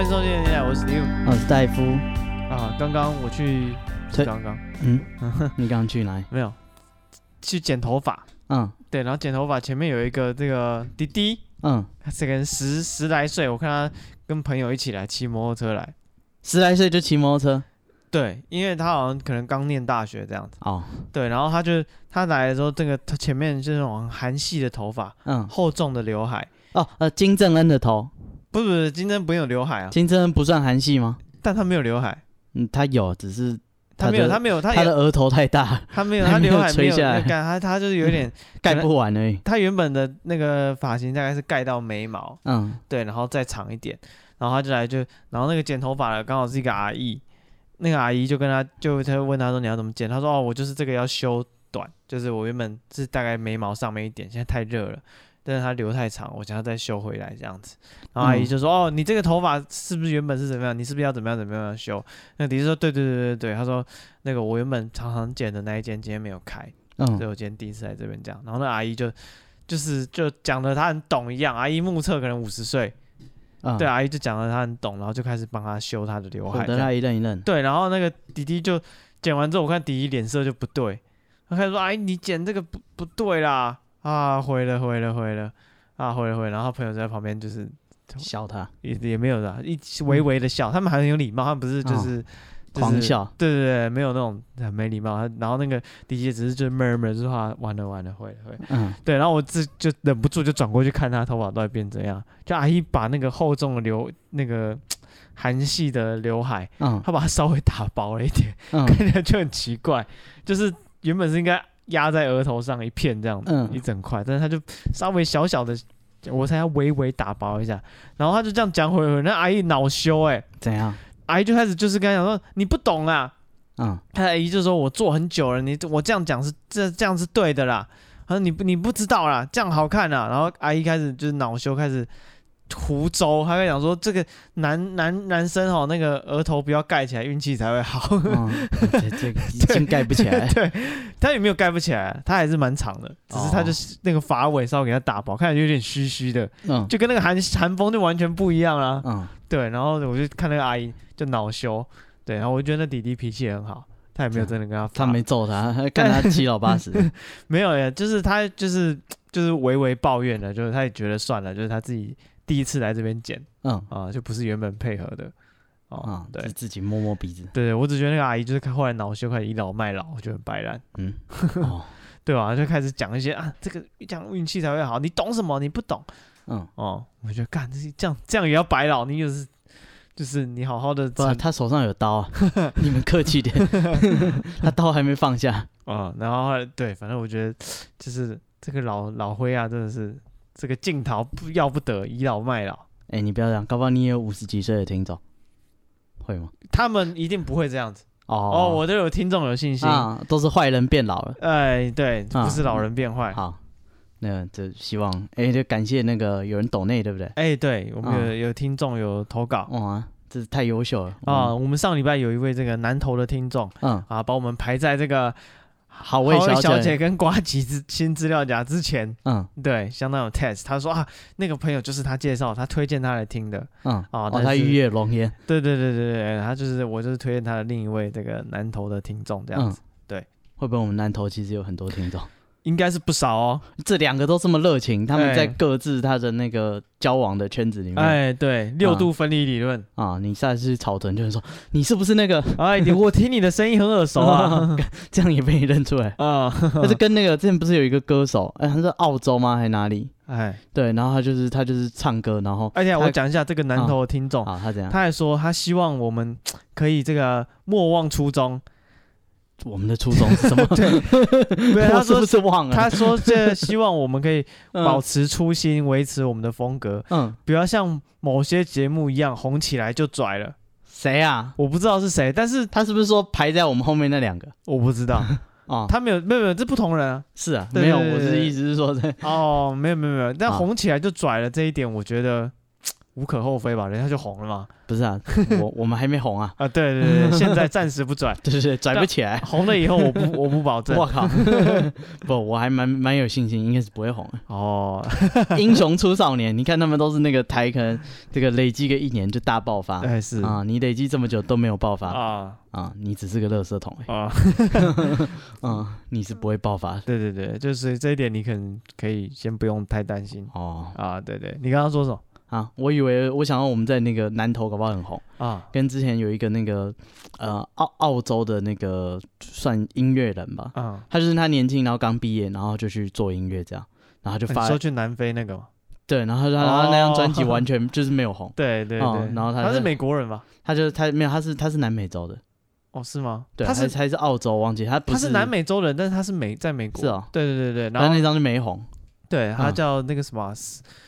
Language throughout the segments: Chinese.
欢迎收听，我是 Liu， 我是戴夫啊。刚刚我去， 你刚刚去哪里？ 没有，去剪头发。对，然后剪头发前面有一个这个弟弟，这个人十来岁，我看他跟朋友一起来骑摩托车来 ，10来岁就骑摩托车。 对，因为他好像可能刚念大学这样子。 哦， 对，然后他来的时候，这个他前面就是那种韩系的头发，厚重的刘海。 金正恩的头。 不是，金正恩不用刘海啊。 金正恩不算韩系吗？ 但他没有刘海。 他有，只是他没有，他的额头太大， 他没有，他刘海没有垂下来， 他就是有点盖不完而已。 他原本的那个发型大概是盖到眉毛，对，然后再长一点，然后他就来然后那个剪头发的刚好是一个阿姨，那个阿姨就问他说你要怎么剪，他说我就是这个要修短，就是我原本是大概眉毛上面一点，现在太热了。但是他留太长，我想要再修回来这样子。然后阿姨就说：“你这个头发是不是原本是怎么样？你是不是要怎么样修？”那弟弟说：“对。”他说：“那个我原本常常剪的那一间今天没有开，所以我今天第一次来这边讲。”然后那阿姨就讲的他很懂一样，阿姨目测可能50岁，对，阿姨就讲的他很懂，然后就开始帮他修他的刘海， 等他一任一任。 对，然后那个弟弟就剪完之后，我看弟弟脸色就不对，他开始说：“阿姨，你剪这个不对啦。”毁了，然后他朋友在旁边就是笑他， 也没有的，微微的笑，他们还很有礼貌，他们不是就是狂笑， 对，没有那种很没礼貌。然后那个弟弟只是就murmur就是话完了，会，对，然后我就忍不住就转过去看他头发到底变怎样，就阿姨把那个厚重的那个韩系的刘海，他把它稍微打薄了一点，看起来就很奇怪，就是原本是应该压在额头上一片这样子，一整块，但是他就稍微小小的，我才要微微打薄一下，然后他就这样讲回，那阿姨恼羞怎样？ 阿姨就开始就是跟他讲说你不懂啦，他阿姨就说我做很久了，我这样讲是这样是对的啦，他说你不知道啦，这样好看啦，然后阿姨开始就是恼羞，开始胡诌，他会讲说这个男生那个额头不要盖起来，运气才会好。 这个已经盖不起来。 对，他也没有盖不起来，他还是蛮长的，只是他就是那个发尾稍微给他打薄，看起来有点虚虚的，就跟那个韩风就完全不一样啦。对，然后我就看那个阿姨就恼羞，对，然后我就觉得那弟弟脾气也很好，他也没有真的跟他没揍他，看他7老8十。 没有耶，就是他就是微微抱怨了，就是他也觉得算了，就是他自己第一次来这边剪，就不是原本配合的，对， 自己摸摸鼻子。 对，我只觉得那个阿姨就是后来恼羞，开始倚老卖老，我觉得很白烂，对吧？就开始讲一些这个讲运气才会好，你懂什么？你不懂，我觉得干这样也要白老，你就是你好好的， 不，他手上有刀啊，你们客气点，他刀还没放下然后对，反正我觉得就是这个老灰啊，真的是。这个镜头要不得，倚老卖老。 你不要这样，搞不好你也有50几岁的听众，会吗？ 他们一定不会这样子。我都有听众有信心都是坏人变老了。 对，不是老人变坏。 好，那就希望就感谢那个有人抖内，对不对？ 对，我们有听众有投稿。 哇，这是太优秀了我们上礼拜有一位这个南投的听众，把我们排在这个。 好味小姐跟呱吉新资料夹之前，对，相当有 test。他说那个朋友就是他介绍，他推荐他来听的， 他预约龙烟， 对，他我就是推荐他的另一位这个南投的听众这样子，对， 会不会我们南投其实有很多听众？ 应该是不少哦， 这2个都这么热情，他们在各自他的那个交往的圈子里面， 对，6度分离理论你下次去草屯就是说你是不是那个？ 我听你的声音很耳熟啊， 这样也被你认出来但是跟那个之前不是有一个歌手，他是澳洲吗还是哪里？对，然后他就是唱歌，然后而且我讲一下这个南投的听众， 他怎样？ 他还说他希望我们可以这个莫忘初衷。 我们的初衷是什么？ 对，他说是不是忘了？ 他说希望我们可以保持初心，维持我们的风格，不要像某些节目一样红起来就拽了。 谁啊？ 我不知道是谁，但是他是不是说排在我们后面那2个？ 我不知道他没有，这不同人啊。 是啊，没有，我的意思是说没有，但红起来就拽了这一点，我觉得无可厚非吧，人家就红了嘛。 不是啊，我们还没红啊。 啊，对对对，现在暂时不拽， 对，拽不起来。 红了以后我不保证。 我靠，不，我还蛮有信心，应该是不会红的。 哦， 英雄出少年，你看他们都是那个台，可能这个累积个1年就大爆发。 是啊，你累积这么久都没有爆发啊，你只是个垃圾桶你是不会爆发的。 对对对，就是这一点你可以先不用太担心。对对，你刚刚说什么？ 我想到我们在那个南投搞不好很红跟之前有一个那个澳洲的那个算音乐人吧他就是他年轻然后刚毕业然后就去做音乐这样，然后就发你说去南非那个吗？ 对，然后他那张专辑完全就是没有红。 对对对， 然后他是美国人吧？ 他没有，他是南美洲的。 是吗？ 对，他是澳洲，忘记他是南美洲人，但是他是在美国。是对对对对，然后那张就没红。 对，他叫那个什么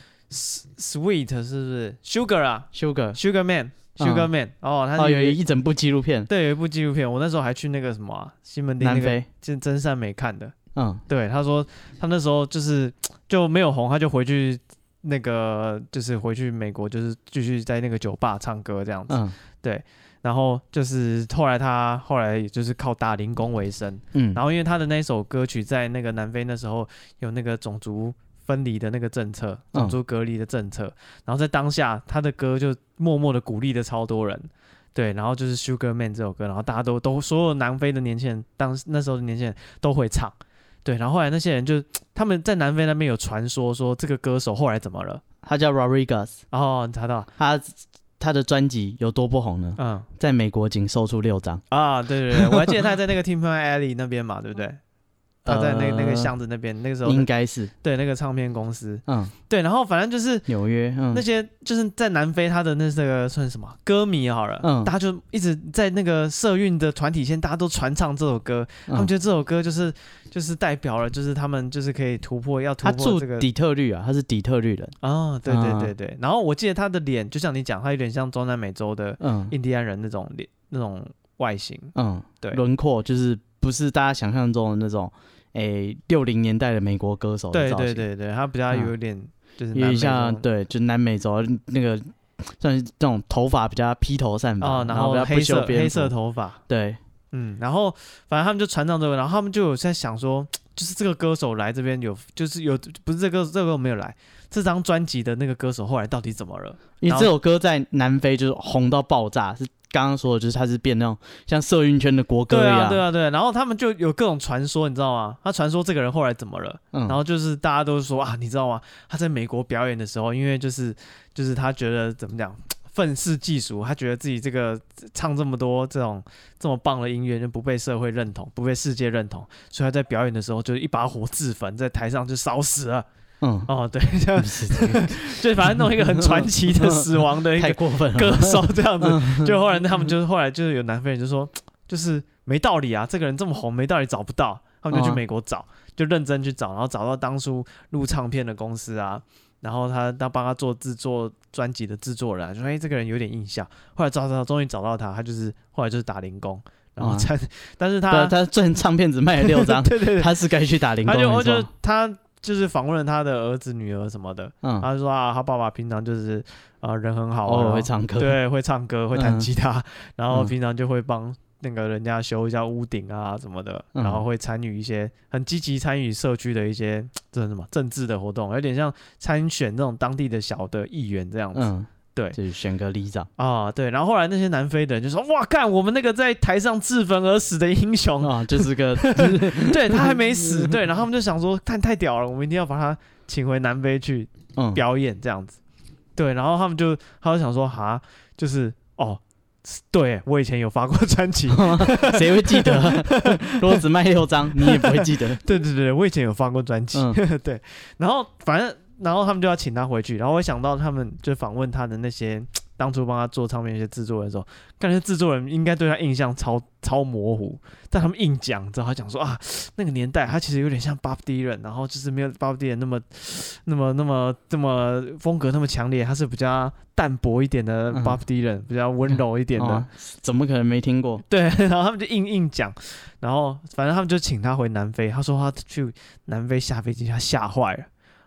Sweet 是不是 Sugar 啊 Sugar Man 他有一整部纪录片。 对，有一部纪录片，我那时候还去那个什么西门町那个真善美看的。对，他说他那时候就没有红，他就回去那个就是回去美国，就是继续在那个酒吧唱歌这样子。对，然后就是后来也就是靠打零工为生。然后因为他的那首歌曲在那个南非那时候有那个种族分离的那个政策，种族隔离的政策，然后在当下他的歌就默默的鼓励了超多人。对，然后就是 Sugar Man 这首歌，然后大家都所有南非的年轻人，那时候的年轻人都会唱。对，然后后来那些人他们在南非那边有传说说这个歌手后来怎么了？ 他叫 Rodriguez。 你查到他的专辑有多不红呢？在美国仅售出6张。 对对对，我还记得他在那个 Timber Alley 那边嘛，对不对？他在那个巷子那边，那个时候应该是对那个唱片公司，对，然后反正就是纽约， 那些就是在南非，他的那个算什么歌迷好了，大家就一直在那个社运的团体线，大家都传唱这首歌，他们觉得这首歌就是代表了，就是他们就是可以突破这个。 他住底特律啊，他是底特律人对对对对，然后我记得他的脸，就像你讲，他有点像中南美洲的印第安人那种脸那种外形，对， 轮廓就是不是大家想象中的那种。60年代的美国歌手的造型。 对对对对，他比较有点就是有点像对，就南美洲那个算是这种头发比较披头散发， 然后比较黑色头发。 对， 然后反正他们就传唱这个，然后他们就有在想说，就是这个歌手来这边不是这个没有来，这张专辑的那个歌手后来到底怎么了？ 因为这首歌在南非就是红到爆炸，是。刚刚说的就是他是变那种像社运圈的国歌一样， 对，然后他们就有各种传说，你知道吗？他传说这个人后来怎么了？然后就是大家都说你知道吗？他在美国表演的时候，因为就是他觉得怎么讲，愤世嫉俗，他觉得自己这个唱这么多这么棒的音乐就不被社会认同，不被世界认同，所以他在表演的时候就一把火自焚，在台上就烧死了。对，这样就反正弄一个很传奇的死亡的一个歌手这样子，就后来他们后来就是有南非人就说，就是没道理啊，这个人这么红，没道理找不到，他们就去美国找，就认真去找，然后找到当初录唱片的公司啊，然后他帮他制作专辑的制作人，说这个人有点印象，后来终于找到他，他后来就是打零工。然后但是他赚唱片只卖了6张， 对， 他是该去打零工。 他就是访问了他的儿子女儿什么的，他就说他爸爸平常就是人很好， 会唱歌， 对，会唱歌，会弹吉他，然后平常就会帮那个人家修一下屋顶啊什么的，然后会参与一些很积极参与社区的一些什么政治的活动，有点像参选那种当地的小的议员这样子。对， 就是选个里长对，然后后来那些南非的人就说：“哇，干，我们那个在台上自焚而死的英雄就是个， 对他还没死，对，然后他们就想说，太屌了，我们一定要把他请回南非去表演这样子，对，然后他就想说，就是对我以前有发过专辑， 谁会记得？如果只卖6张，你也不会记得。 对，我以前有发过专辑，对，然后反正。”然后他们就要请他回去，然后我想到他们就访问他的那些当初帮他做唱片那些制作人的时候，感觉制作人应该对他印象超模糊，但他们硬讲，之后他讲说那个年代他其实有点像 Bob Dylan， 然后就是没有 Bob Dylan 那么风格那么强烈，他是比较淡薄一点的 Bob Dylan，比较温柔一点的， 怎么可能没听过？ 对，然后他们就硬讲，然后反正他们就请他回南非，他说他去南非下飞机他吓坏了。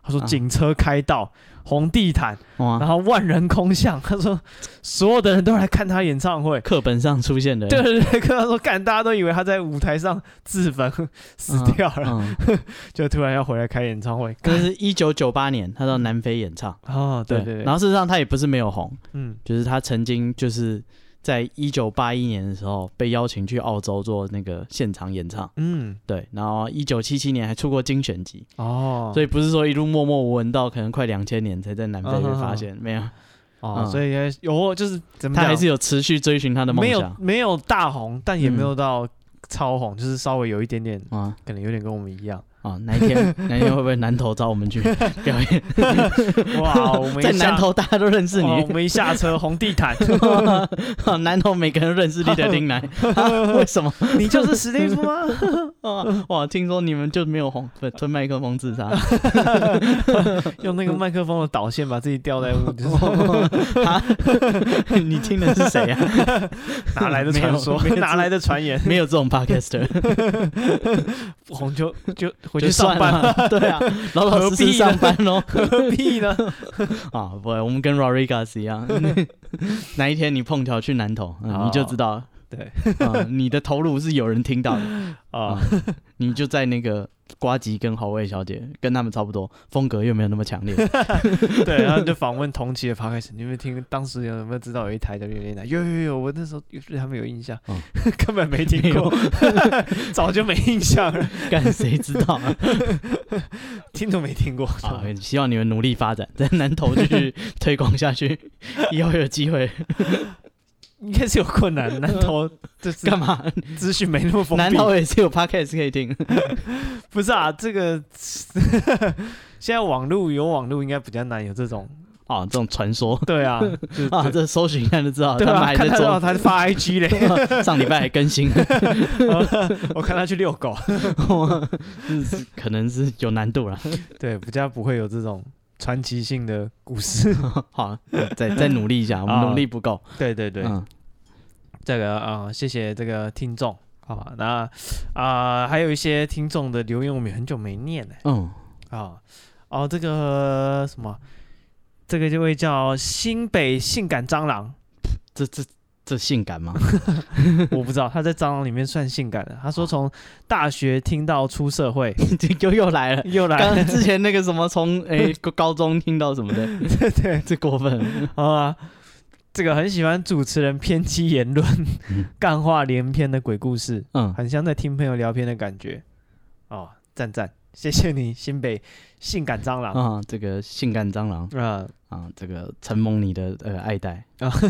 他说警车开道，红地毯，然后万人空巷。他说所有的人都来看他演唱会， 课本上出现的。 对对对，他说大家都以为他在舞台上自焚死掉了，就突然要回来开演唱会。 这是1998年他到南非演唱。 哦，对对对。 然后事实上他也不是没有红，就是他曾经就是在1981年的时候被邀请去澳洲做那个现场演唱，对，然后1977年还出过精选集，所以不是说一路默默无闻到可能快2000年才在南非被发现，没有， 所以有就是怎么讲， 他还是有持续追寻他的梦想， 没有大红，但也没有到超红，就是稍微有一点点，可能有点跟我们一样。 哪一天会不会南投找我们去表演？ 哇，我们在南投大家都认识你。 我们一下车红地毯， 南投每个人认识你的丁奶，为什么？ 你就是史蒂夫吗？ 哇，听说你们就没有红，吞麦克风自杀， 用那个麦克风的导线把自己吊在屋子上。 你听的是谁啊？ 哪来的传说？哪来的传言？ 没有这种 podcaster， 不红就回去上班了， 对啊，老老实实上班咯， 何必呢？ 不会，我们跟 Rodriguez 一样，哪一天你碰巧去南投，你就知道了。 对， 你的头颅是有人听到的你就在那个呱吉跟好味小姐跟他们差不多，风格又没有那么强烈。 对，然后就访问同期的 podcast， 你有没有听？当时有没有知道有一台叫月亮奶？有，我那时候对他们有印象，根本没听过，早就没印象了。 干谁知道啊？ 听都没听过。 希望你们努力发展，在南投继续推广下去，以后有机会。 应该是有困难，南投就是干嘛？ 资讯没那么丰富。 南投也是有 podcast 可以听。 不是啊，这个现在有网路应该比较难有这种这种传说。 对啊， 这搜寻一下就知道， 对啊， 他们还在做， 他发 IG 嘞， 上礼拜还更新。 我看他去遛狗， 可能是有难度啦。 对，比较不会有这种传奇性的故事。 好，再努力一下，我们努力不够。 对对对，这个谢谢这个听众啊，那还有一些听众的留言我们也很久没念了。这个什么，这个这位叫新北性感蟑螂， 这性感吗？ 我不知道，他在蟑螂里面算性感的。他说从大学听到出社会， 又来了。 刚之前那个什么从高中听到什么的， 对， 这过分啊！这个很喜欢主持人偏激言论、干话连篇的鬼故事，很像在听朋友聊天的感觉。赞，谢谢你，新北性感蟑螂这个性感蟑螂这个承蒙你的爱戴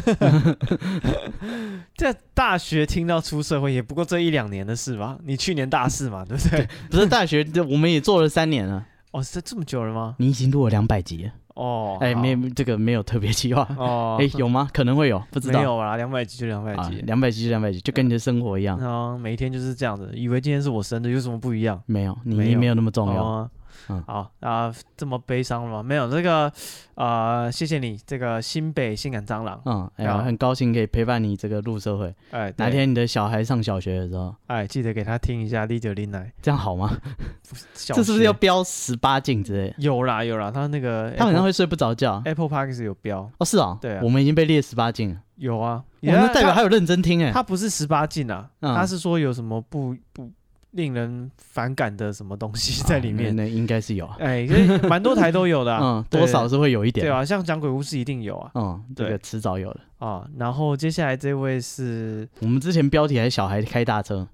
在大学听到出社会，也不过这1-2年的事吧？你去年大四嘛，对不对？ 不是大学，我们也做了3年了。 这么久了吗？ 你已经录了200集了。这个没有特别计划有吗？可能会有，不知道。 没有啦，200集就200集 ，200集就200集，就跟你的生活一样。 每一天就是这样子，以为今天是我生日，有什么不一样？ 没有，你没有那么重要。 好这么悲伤了吗？没有，这个谢谢你，这个新北性感蟑螂， 很高兴可以陪伴你这个入社会。哪天你的小孩上小学的时候， 记得给他听一下《Leader 林奶》，这样好吗？这是不是要标18禁之类？ 有啦，他那个他好像会睡不着觉。 Apple Podcast 有标是啊， 对啊， 我们已经被列18禁了。 有啊， 那代表他有认真听他不是18禁啊，他是说有什么不令人反感的什么东西在里面， 那应该是有蛮多台都有的多少是会有一点， 对啊，像讲鬼故事一定有啊， 这个迟早有的然后接下来这位是我们之前标题还是小孩开大车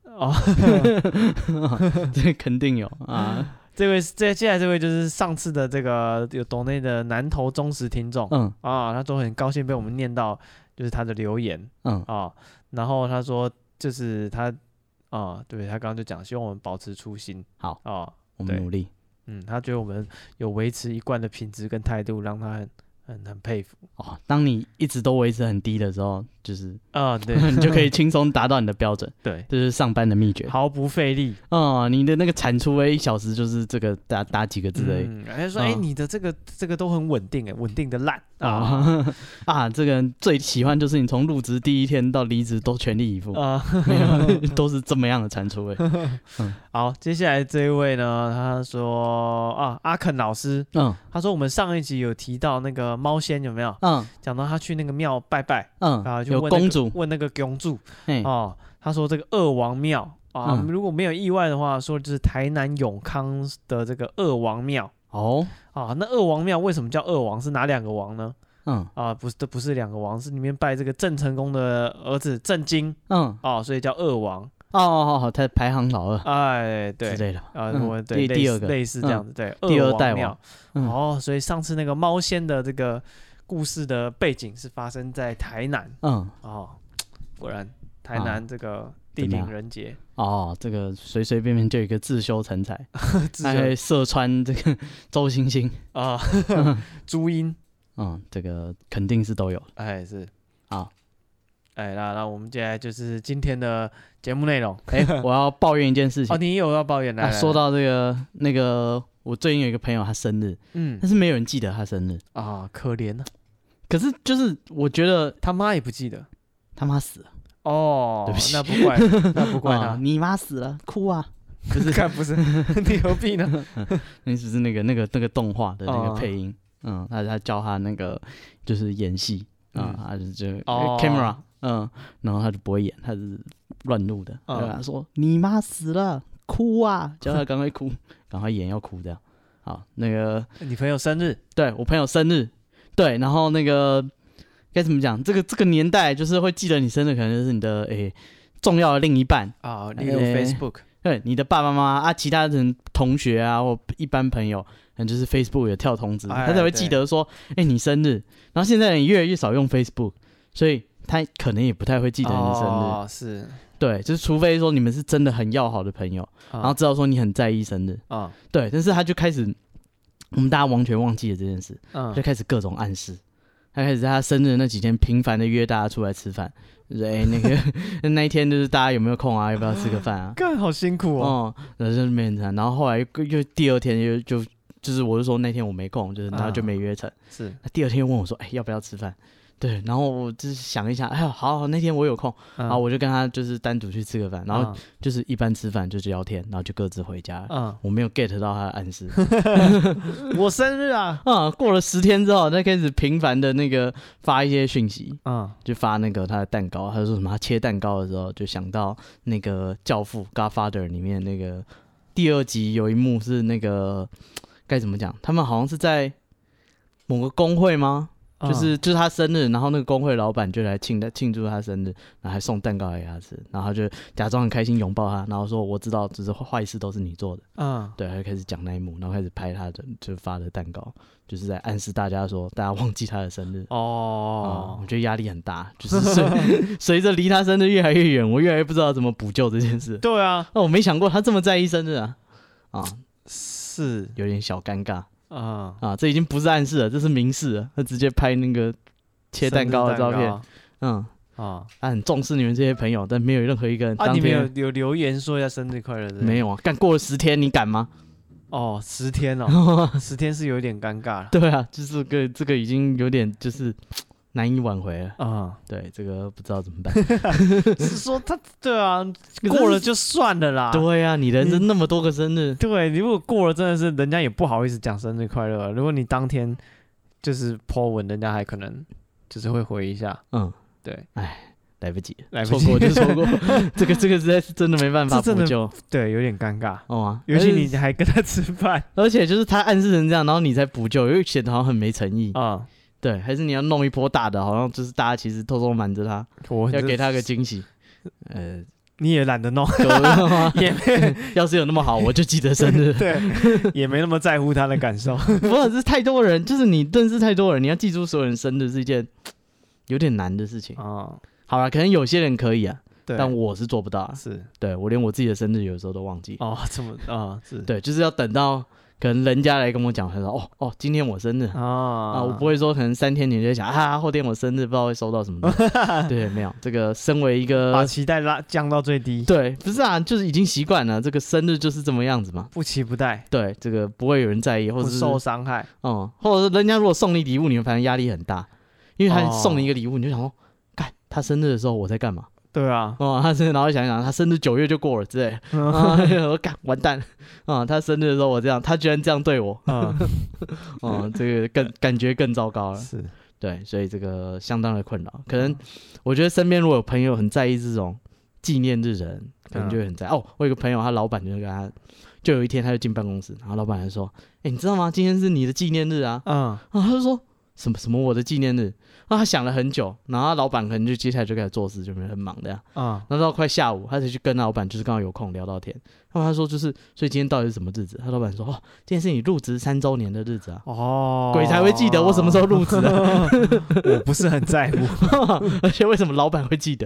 这肯定有接下来这位就是上次的这个有抖内的南投忠实听众他说很高兴被我们念到，就是他的留言然后他说就是他对，他刚刚就讲，希望我们保持初心。 好我们努力。 他觉得我们有维持一贯的品质跟态度，让他很佩服哦。当你一直都维持很低的时候，就是对， 你就可以轻松达到你的标准。 对， 这是上班的秘诀， 毫不费力。 你的那个产出1小时就是这个打几个字而已。 他说你的这个都很稳定稳定的烂这个人最喜欢就是你从入职第一天到离职都全力以赴都是这么样的产出好，接下来这一位呢，他说阿肯老师，他说我们上一集有提到那个猫仙有没有？讲到他去那个庙拜拜，就问公主问那个公主，他说这个二王庙如果没有意外的话，说就是台南永康的这个二王庙那二王庙为什么叫二王？是哪2个王呢？不是2个王，是里面拜这个郑成功的儿子郑经，所以叫二王。 他排行老 2， 对之类的对， 第2个类似这样子，对， 第2代王。所以上次那个猫仙的这个故事的背景是发生在台南。果然台南这个地灵人杰这个随随便便就有一个自修成才，还射穿这个周星星朱茵， 这个肯定是都有。 是好。那我们接下来就是今天的节目内容。 我要抱怨一件事情。 你有要抱怨的？ 说到这个那个，我最近有一个朋友他生日，但是没有人记得他生日可怜啊。 可是就是我觉得他妈也不记得， 他妈死了。 对不起，那不怪他。 你妈死了，哭啊！ 不是，你何必呢？ 你只是那个动画的那个配音，他教他那个就是演戏他就 camera。然后他就不会演，他是乱录的。就跟他说：“你妈死了，哭啊！”叫他赶快哭，赶快演要哭这样。好，那个你朋友生日， 对我朋友生日，对，然后那个该怎么讲？这个年代就是会记得你生日，可能就是你的重要的另一半例如 Facebook， 对，你的爸爸妈妈其他人同学或一般朋友，可能就是 Facebook 有跳通知，他才会记得说，你生日。然后现在人越来越少用 Facebook， 所以他可能也不太会记得你的生日。 是， 对，就是除非说你们是真的很要好的朋友，然后知道说你很在意生日对，但是他就开始，我们大家完全忘记了这件事，就开始各种暗示。他开始在他生日那几天频繁的约大家出来吃饭，就是那个那一天就是大家有没有空要不要吃个饭干好辛苦然后就没人谈，然后后来又第2天就是我就说那天我没空，就是然后就没约成。 是， 他第2天问我说，要不要吃饭？对，然后我就是想一想，好，那天我有空，然后我就跟他就是单独去吃个饭，然后就是一般吃饭就是聊天，然后就各自回家了。我没有 get 到他的暗示。 我生日过了10天之后，他开始频繁的那个发一些讯息，就发那个他的蛋糕，他说什么他切蛋糕的时候就想到那个教父 Godfather 里面那个第2集有一幕是那个该怎么讲，他们好像是在某个工会吗？就是他生日，然后那个工会老板就来庆祝他生日，然后还送蛋糕给他吃，然后他就假装很开心拥抱他，然后说我知道只是坏事都是你做的。对，他就开始讲那一幕，然后开始拍他的就发的蛋糕，就是在暗示大家说大家忘记他的生日。我觉得压力很大，就是随着离他生日越来越远，我越来越不知道怎么补救这件事。 对啊， 我没想过他这么在意生日是有点小尴尬。这已经不是暗示了，这是明示了。他直接拍那个切蛋糕的照片，他很重视你们这些朋友，但没有任何一个人当天你们有留言说一下生日快乐的？ 没有过了10天，你敢吗 ？10天10天是有点尴尬了。 对啊，就是这个已经有点就是难以挽回了对，这个不知道怎么办。 是说对啊，过了就算了啦。 对啊，你人生那么多个生日， 对，你如果过了真的是人家也不好意思讲生日快乐。如果你当天就是 po 文，人家还可能就是会回一下。对， 来不及了，错过就错过。这个实在是真的没办法补救， 对，有点尴尬尤其你还跟他吃饭， 而且就是他暗示成这样，然后你才补救，又显得好像很没诚意对，还是你要弄一波大的，好像就是大家其实偷偷瞒着他，要给他个惊喜。 你也懒得弄， 要是有那么好，我就记得生日。 对，也没那么在乎他的感受。 不过是太多人，就是你认识太多人，你要记住所有人生日是一件有点难的事情好啦，可能有些人可以但我是做不到。 是， 对，我连我自己的生日有时候都忘记。 这么是， 对，就是要等到可能人家来跟我讲，他说哦，今天我生日啊，我不会说可能3天前就想后天我生日，不知道会收到什么东西。对，没有这个，身为一个把期待降到最低。 对，不是啊，就是已经习惯了，这个生日就是这么样子嘛， 不期不待。 对，这个不会有人在意，或者是不受伤害。 或者是人家如果送你礼物，你会发现压力很大，因为他送你一个礼物，你就想说，干他生日的时候我在干嘛？ 对啊， 他生日，然后想他生日9月就过了之类，我干完蛋他生日的时候我这样，他居然这样对我，这个感觉更糟糕了。 是， 对，所以这个相当的困扰。可能我觉得身边如果有朋友很在意这种纪念日的人，可能就会很在意。我有个朋友，他老板就跟他，就有一天他就进办公室，然后老板就说：“你知道吗？今天是你的纪念日啊。”他就说。什么我的纪念日？他想了很久，然后他老板可能就接下来就开始做事，就很忙的呀。然后到快下午，他才去跟老板，就是刚好有空聊到天。然后他说，所以今天到底是什么日子？他老板说，今天是你入职3周年的日子啊。鬼才会记得我什么时候入职啊。 我不是很在乎， 而且为什么老板会记得？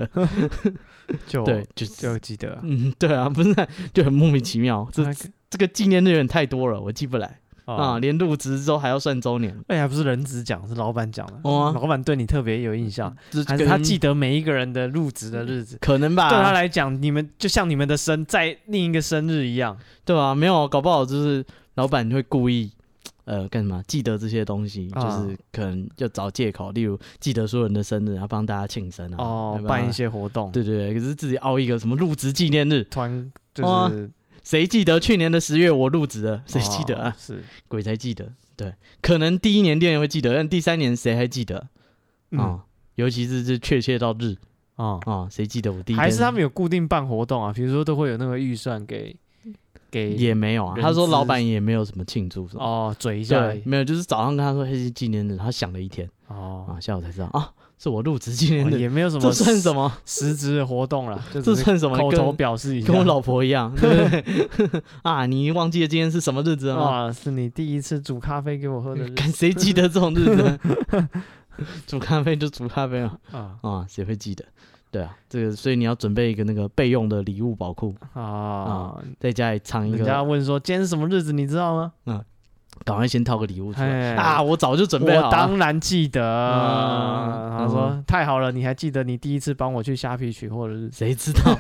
就记得。 对啊，不是就很莫名其妙。这个纪念日有点太多了，我记不来。连入职之后还要算周年， 还不是人资讲，是老板讲的。老板对你特别有印象，还是他记得每一个人的入职的日子？ 可能吧。 对他来讲，你们就像你们的在另一个生日一样， 对啊，没有，搞不好就是老板会故意干什么？记得这些东西，就是可能就找借口，例如记得所有人的生日，然后帮大家庆生啊， 办一些活动。 对，可是自己凹一个什么入职纪念日， 就是。 谁记得去年的10月我入职了？谁记得啊？ 是鬼才记得。对，可能第1年、第2年会记得，但第3年谁还记得？尤其是确切到日谁记得我第一天？ 还是他们有固定办活动啊？比如说都会有那个预算给也没有啊。他说老板也没有什么庆祝什么嘴一下没有，就是早上跟他说是纪念日，他想了一天下午才知道是我入职纪念日， 也没有什么， 这算什么实质的活动了？ 这算什么？ 口头表示一下， 跟我老婆一样，对不对？你忘记了今天是什么日子吗？ 是你第一次煮咖啡给我喝的日子。 谁记得这种日子？煮咖啡就煮咖啡嘛，谁会记得？对啊，这个所以你要准备一个那个备用的礼物宝库在家里藏一个。 人家问说今天是什么日子，你知道吗？ 赶快先掏个礼物出来我早就准备好了。 我当然记得。他说太好了，你还记得你第一次帮我去虾皮取货的日子？ 谁知道？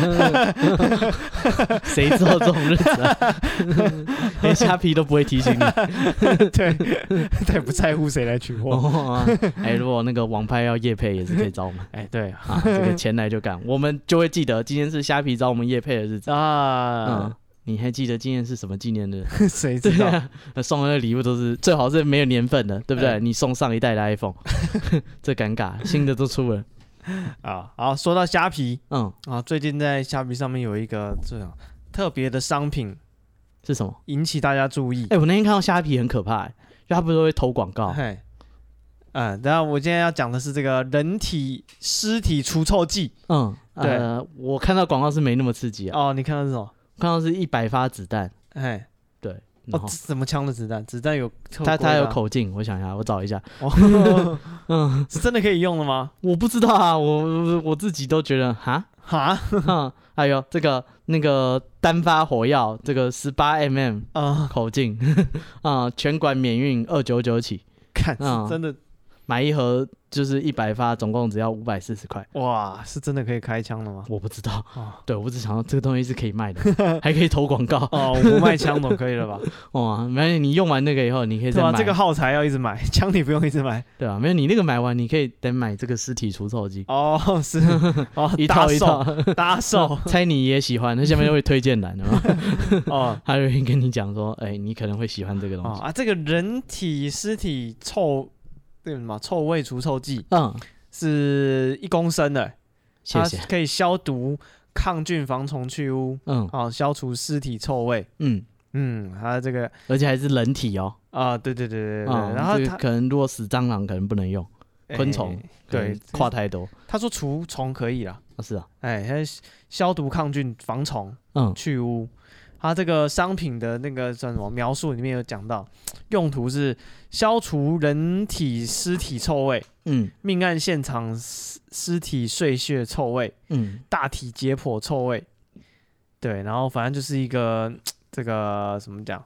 谁知道这种日子啊？连虾皮都不会提醒你。 对，他也不在乎谁来取货。 如果那个网拍要业配也是可以找我们。 对这个钱来就干，我们就会记得今天是虾皮找我们业配的日子你还记得今天是什么纪念日？ 谁知道？ 送的礼物都是最好是没有年份的，对不对？你送上一代的 iPhone， 这尴尬，新的都出了好，说到虾皮，最近在虾皮上面有一个这样特别的商品是什么？ 引起大家注意。 我那天看到虾皮很可怕，因为他不是会投广告。 然后我今天要讲的是这个人体尸体除臭剂。 对，我看到广告是没那么刺激你看到是什么？ 看到是100发子弹，对， 什么枪的子弹？子弹有它有口径，我想一下，我找一下， 是真的可以用的吗？ 我不知道啊，我自己都觉得还有这个那个单发火药，这个18mm 口径全馆免运299起， 看真的买一盒。就是100发，总共只要540块。 哇，是真的可以开枪的吗？ 我不知道。对，我只想到这个东西是可以卖的，还可以投广告。 我不卖枪总可以了吧？ 没关系，你用完那个以后，你可以再买。 这个耗材要一直买，枪你不用一直买。 对啊，没有你那个买完，你可以等买这个尸体除臭剂。 是一套一套搭售， 猜你也喜欢，那下面就会推荐栏的他就会跟你讲说，你可能会喜欢这个东西这个人体尸体臭味除臭剂，是1公升的， 谢谢。 它可以消毒、抗菌、防虫、去污，消除尸体臭味，它这个而且还是人体对，然后可能如果死蟑螂可能不能用，昆虫对跨太多。 他说除虫可以啦， 是啊， 它消毒、抗菌、防虫、去污。它这个商品的那个叫什么描述里面有讲到，用途是消除人体尸体臭味，命案现场尸体碎屑臭味，大体解剖臭味，对，然后反正就是一个这个怎么讲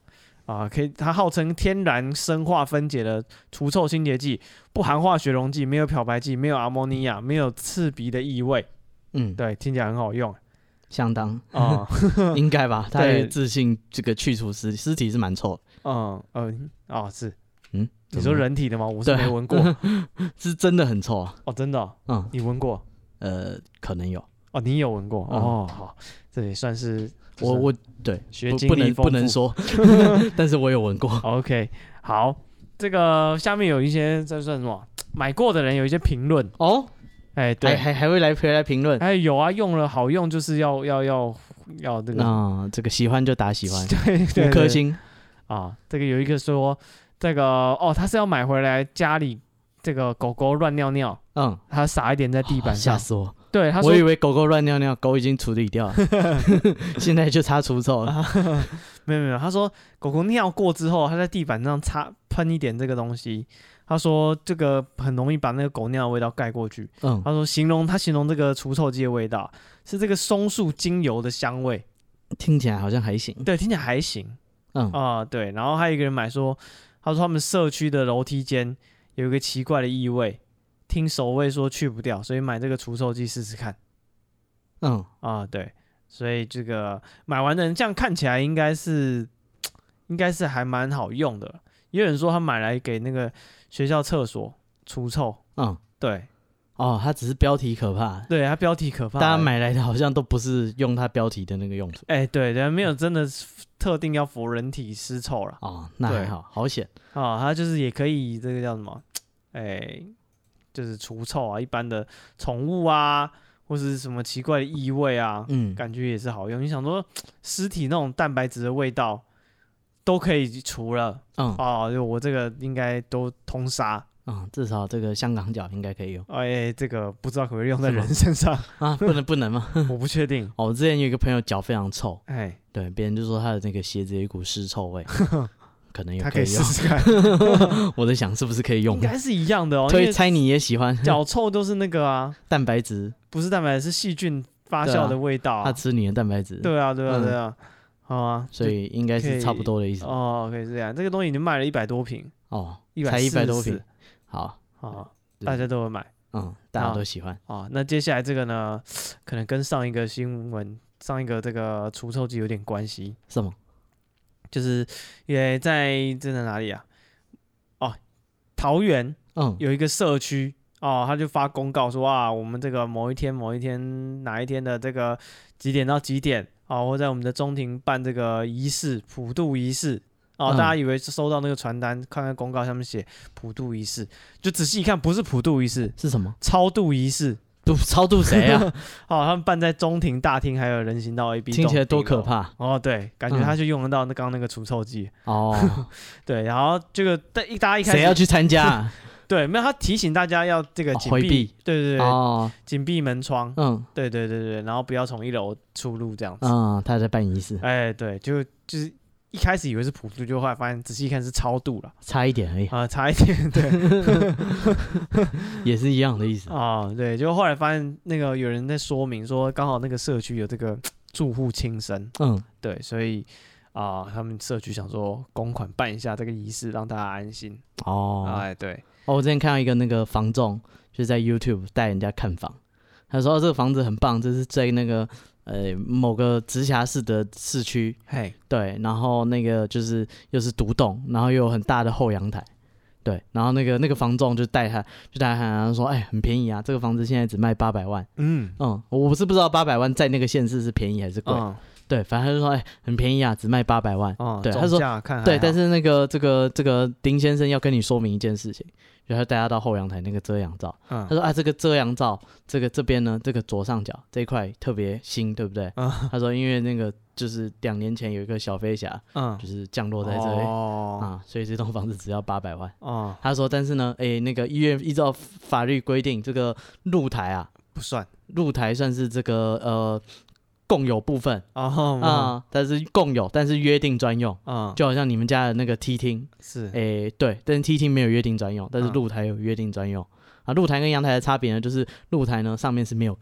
可以，它号称天然生化分解的除臭清洁剂，不含化学溶剂，没有漂白剂，没有阿莫尼亚，没有刺鼻的异味。对，听起来很好用， 相当应该吧？它有自信这个去除尸体是蛮臭的。是，你说人体的吗？我是没闻过， 是真的很臭啊！ 真的，你闻过？ 可能有。 你有闻过？好，这也算是。 我对学经历不能说，但是我有闻过。 OK， 好，这个下面有一些这算什么？买过的人有一些评论对， 还会来评论。 有啊，用了好用，就是要这个这个喜欢就打喜欢， 对 5颗星这个有一个说这个他是要买回来家里这个狗狗乱尿尿，他撒一点在地板上， 吓死我。 对，他说我以为狗狗乱尿尿，狗已经处理掉了，现在就擦除臭了。 没有，他说狗狗尿过之后，他在地板上喷一点这个东西，他说这个很容易把那个狗尿的味道盖过去。他说形容这个除臭剂的味道是这个松树精油的香味， 听起来好像还行。 对，听起来还行。对，然后还有一个人买说，他说他们社区的楼梯间有一个奇怪的异味。听守卫说去不掉，所以买这个除臭剂试试看。对，所以这个买完的人这样看起来应该是还蛮好用的。也有人说他买来给那个学校厕所除臭。对。 它只是标题可怕。 对，它标题可怕。 大家买来的好像都不是用它标题的那个用途。 对，没有真的特定要for人体尸臭了。 那还好，好险。 它就是也可以这个叫什么？就是除臭啊，一般的宠物啊，或是什么奇怪的异味啊，感觉也是好用。你想说尸体那种蛋白质的味道都可以除了，就我这个应该都通杀。 至少这个香港脚应该可以用。 这个不知道可不可以用在人身上不能吗？ 我不确定。 我之前有一个朋友脚非常臭，对，别人就说他的那个鞋子有一股尸臭味。可能也可以试试看。 我在想是不是可以用， 应该是一样的猜你也喜欢。 脚臭都是那个蛋白质， 不是蛋白质，是细菌发酵的味道。 他吃你的蛋白质。 对啊。好啊， 所以应该是差不多的意思。 可以这样。这个东西已经卖了100多瓶。 才100多瓶。好， 大家都会买。 大家都喜欢。 那接下来这个呢，可能跟上一个新闻、上一个这个除臭剂有点关系。 什么？ 就是也在哪里啊？桃园有一个社区他就发公告说我们这个某一天哪一天的这个几点到几点会在我们的中庭办这个仪式普渡仪式大家以为是收到那个传单，看看公告上面写普渡仪式，就仔细一看不是普渡仪式， 是什么？ 超度仪式。 超度谁啊？ 他们办在中庭、大厅还有人行道 A、B 听起来多可怕对，感觉他就用得到刚刚那个除臭剂对，然后这个大家一开始谁要去参加对，没有，他提醒大家要这个紧闭，对紧闭门窗，对，然后不要从1楼出入这样子他在办仪式， 对，就是一开始以为是普渡，就后来发现仔细一看是超度了， 差一点而已差一点，对， 也是一样的意思对，就后来发现那个有人在说明说，刚好那个社区有这个住户轻生，对，所以他们社区想说公款办一下这个仪式，让大家安心对， 我之前看到一个那个房仲，就是在 YouTube 带人家看房，他说这个房子很棒，这是在那个某个直辖市的市区，对，然后那个就是又是独栋，然后又有很大的后阳台，对，然后那个房仲就带他然后说很便宜啊，这个房子现在只卖800万，我是不知道800万在那个县市是便宜还是贵，对，反正他就说很便宜啊，只卖800万，对，他说对，但是那个这个丁先生要跟你说明一件事情，就他带他到后阳台那个遮阳罩，他说这个遮阳罩这边呢，这个左上角这一块特别新，对不对？他说因为那个就是2年前有一个小飞侠，就是降落在这里所以这栋房子只要800万。他说但是呢，那个医院依照法律规定，这个露台不算， 露台算是这个共有部分但是共有，但是约定专用，就好像你们家的那个梯厅是， 对，但是梯厅没有约定专用，但是露台有约定专用露台跟阳台的差别呢，就是露台呢上面是没有盖的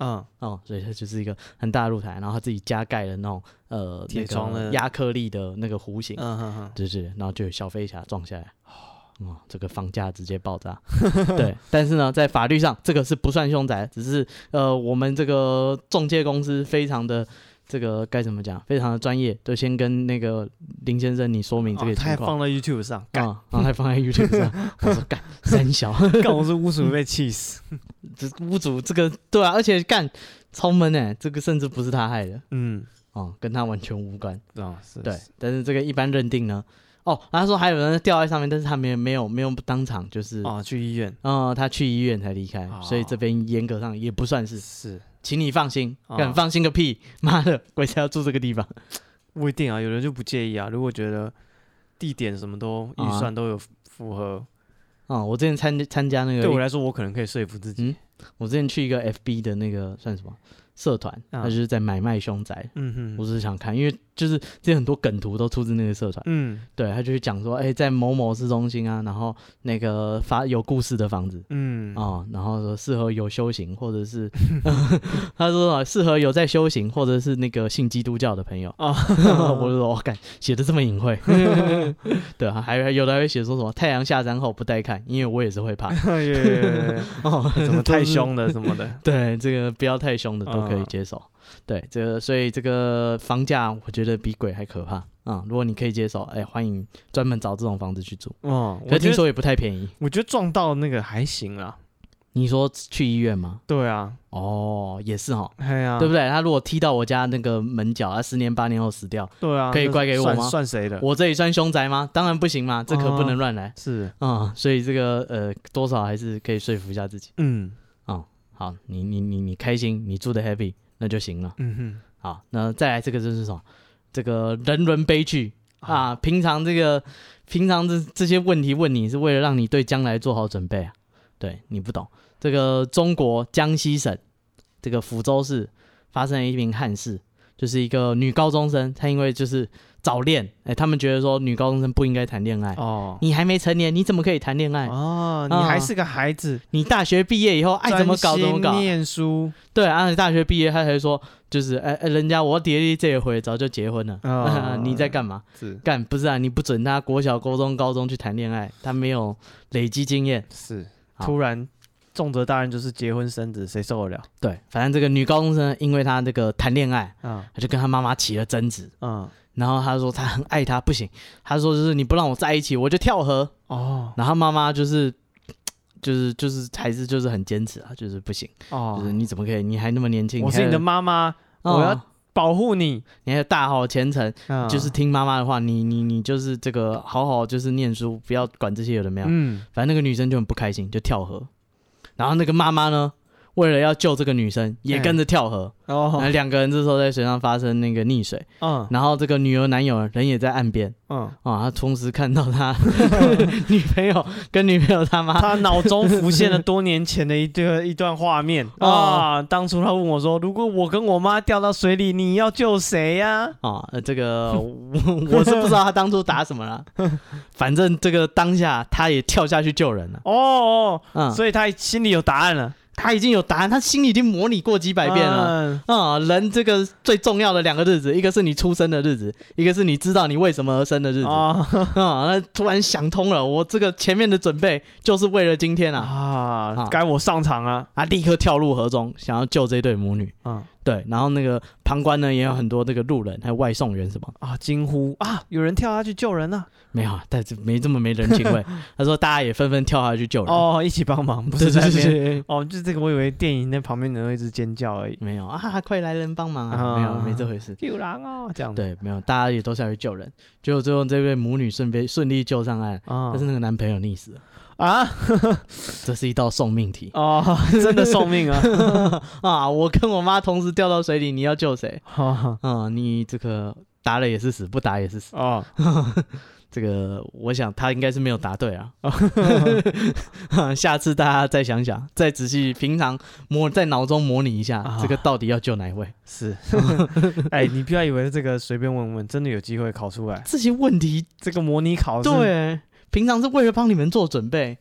所以它就是一个很大的露台，然后他自己加盖了那种铁窗的亚克力的那个弧形，对，然后就有小飞侠撞下来。这个房价直接爆炸，对，但是呢，在法律上这个是不算凶宅，只是我们这个中介公司非常的这个该怎么讲，非常的专业，就先跟那个林先生你说明这个情况， 他还放在 YouTube 上， 然后还放在 YouTube 上，我说干三小， 干我是屋主被气死， 这屋主这个对啊，而且干超闷哎，这个甚至不是他害的，跟他完全无关，对，但是这个一般认定呢。他说还有人掉在上面，但是他没有当场就是去医院， 他去医院才离开，所以这边严格上也不算是，请你放心，敢放心个屁，妈的，鬼才要住这个地方， 不一定啊，有人就不介意啊，如果觉得地点什么都预算都有符合， 我之前参加那个， 对我来说我可能可以说服自己， 我之前去一个 FB 的那个算什么社团，他就是在买卖凶宅，我只是想看，因为就是这些很多梗图都出自那个社团，对，他就是讲说，在某某市中心啊，然后那个有故事的房子，然后说适合有修行，或者是他说适合有在修行，或者是那个信基督教的朋友，我就说干写的这么隐晦，对啊，还有的还会写说什么太阳下山后不带看，因为我也是会怕， 怎么太凶了什么的， 对，这个不要太凶的都可以接受。对，这个所以这个房价我觉得比鬼还可怕如果你可以接受，欢迎专门找这种房子去住。可听说也不太便宜。 我觉得撞到那个还行啦。 你说去医院吗？ 对啊。 也是对不对？他如果踢到我家那个门角，他10年8年后死掉， 对啊， 可以怪给我吗？ 算谁的？ 我这里算凶宅吗？当然不行嘛，这可不能乱来。 是所以这个多少还是可以说服一下自己。好，你开心，你住的 happy。那就行了。好，那再来这个就是什么？这个人伦悲剧啊！平常这些问题问你是为了让你对将来做好准备啊。对，你不懂。这个中国江西省这个抚州市发生了一名憾事，就是一个女高中生，她因为就是早恋，他们觉得说女高中生不应该谈恋爱。你还没成年，你怎么可以谈恋爱？ 你还是个孩子。 你大学毕业以后爱怎么搞怎么搞。 专心念书。 对你大学毕业，他才说就是人家我爹爹这一回早就结婚了，你在干嘛？不是啊？你不准他国小、国中、高中去谈恋爱，他没有累积经验。 是，突然重责大任就是结婚生子，谁受得了？ 对，反正这个女高中生因为她这个谈恋爱，她就跟她妈妈起了争执。然后他说他很爱她，不行，他说就是你不让我在一起，我就跳河。然后妈妈就是还是就是很坚持啊，就是不行。就是你怎么可以？你还那么年轻， 我是你的妈妈，我要保护你， 你还有大好前程，就是听妈妈的话，你就是这个好好就是念书，不要管这些有的没有。反正那个女生就很不开心，就跳河。然后那个妈妈呢，为了要救这个女生，也跟着跳河。两个人这时候在水上发生那个溺水。然后这个女儿男友人也在岸边。他同时看到他女朋友跟女朋友他妈， 他脑中浮现了多年前的一段画面。当初他问我说，如果我跟我妈掉到水里，你要救谁呀？ 这个我是不知道他当初答什么了。反正这个当下他也跳下去救人了。 所以他心里有答案了。 他已经有答案，他心里已经模拟过几百遍了。人这个最重要的2个日子，一个是你出生的日子，一个是你知道你为什么而生的日子。那突然想通了，我这个前面的准备就是为了今天该我上场啊！ 立刻跳入河中，想要救这对母女。对，然后那个旁观呢也有很多这个路人还有外送员什么惊呼有人跳下去救人了。 没有，但是没这么没人情味。他说大家也纷纷跳下去救人。 一起帮忙，不是在那边。就是这个，我以为电影那旁边人会一直尖叫而已。 没有快来人帮忙没这回事。 救人这样。 对，没有，大家也都下去救人，结果最后这位母女顺利救上岸，但是那个男朋友溺死了。这是一道送命题真的送命啊！我跟我妈同时掉到水里，你要救谁？你这个打了也是死，不打也是死。这个我想他应该是没有答对下次大家再想想，再仔细平常在脑中模拟一下，这个到底要救哪一位？ 是你不要以为这个随便问问，真的有机会考出来。 这些问题， 这个模拟考试， 对。平常是为了帮你们做准备，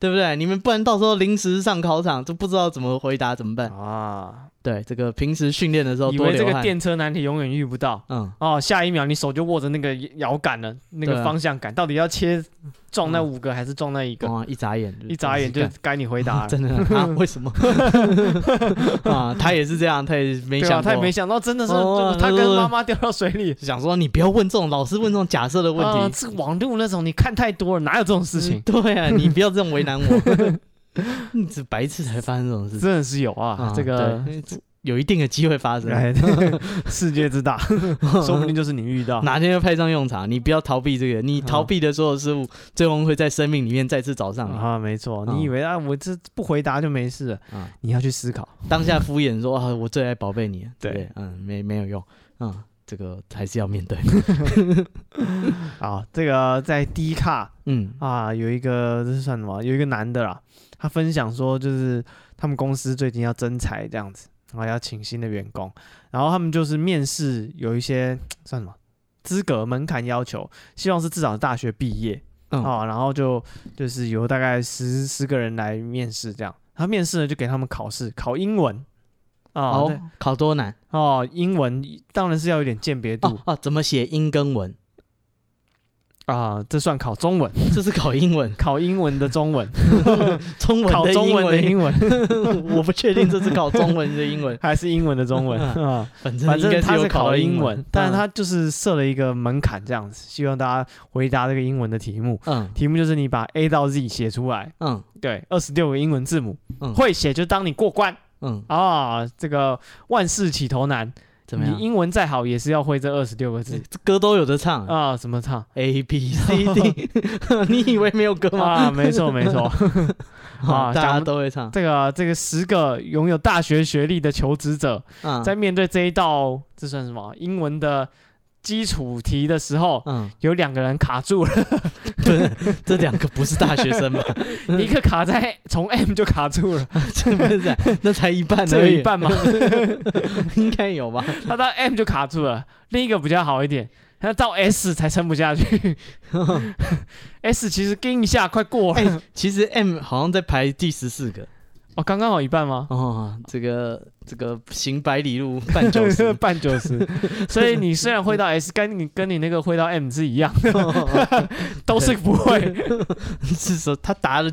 对不对？你们不然到时候临时上考场就不知道怎么回答怎么办啊？对，这个平时训练的时候多流汗， 以为这个电车难题永远遇不到，下一秒你手就握着那个摇杆了，那个方向杆，到底要撞那5个还是撞那1个？ 一眨眼就该你回答了， 真的啊？为什么？啊，他也是这样，他也没想过， 他也没想到，真的是他跟妈妈掉到水里， 想说你不要问这种老师问这种假设的问题， 这网路那种你看太多了，哪有这种事情？ 对啊，你不要这种为难我。你这白痴才发生这种事情， 真的是有啊，这个有一定的机会发生。 世界之大，说不定就是你遇到， 哪天要派上用场。你不要逃避这个，你逃避的所有事物，最后会在生命里面再次找上你啊。没错，你以为我这不回答就没事了啊？你要去思考， 当下敷衍说啊，我最爱宝贝你。对，没有用，这个还是要面对。 好，这个在 D 卡，有一个这是算什么？有一个男的啦，他分享说，就是他们公司最近要增裁这样子，然后要请新的员工，然后他们就是面试有一些算什么资格门槛要求，希望是至少大学毕业然后就是有大概10个人来面试这样，他面试呢就给他们考试，考英文。 考多难英文当然是要有点鉴别度怎么写英跟文这算考中文， 这是考英文， 考英文的中文， 考中文的英文， 我不确定这是考中文的英文还是英文的中文反正他是考英文，但是他就是设了一个门槛这样子，希望大家回答这个英文的题目，题目就是你把 A 到 Z 写出来，对，26个英文字母，会写就当你过关。这个万事起头难，怎么样？你英文再好也是要会这26个字。 歌都有得唱啊？怎么唱 ？A B C D， 你以为没有歌吗？ 没错。 大家都会唱。 这个10个拥有大学学历的求职者，在面对这一道这算什么英文的基础题的时候，有2个人卡住了。 不是，这2个不是大学生吧？ 一个卡在从 M 就卡住了， 这不是那才一半而已， 这有一半吗？ 应该有吧？ 他到 M 就卡住了，另一个比较好一点，他到 S 才撑不下去。S 其实跟一下快过了， 其实 M 好像在排第14个。 刚刚好一半吗？ 这个行100里路半90， 半90。所以你虽然会到 S， 跟你那个会到 M 是一样，都是不会。 是说他答了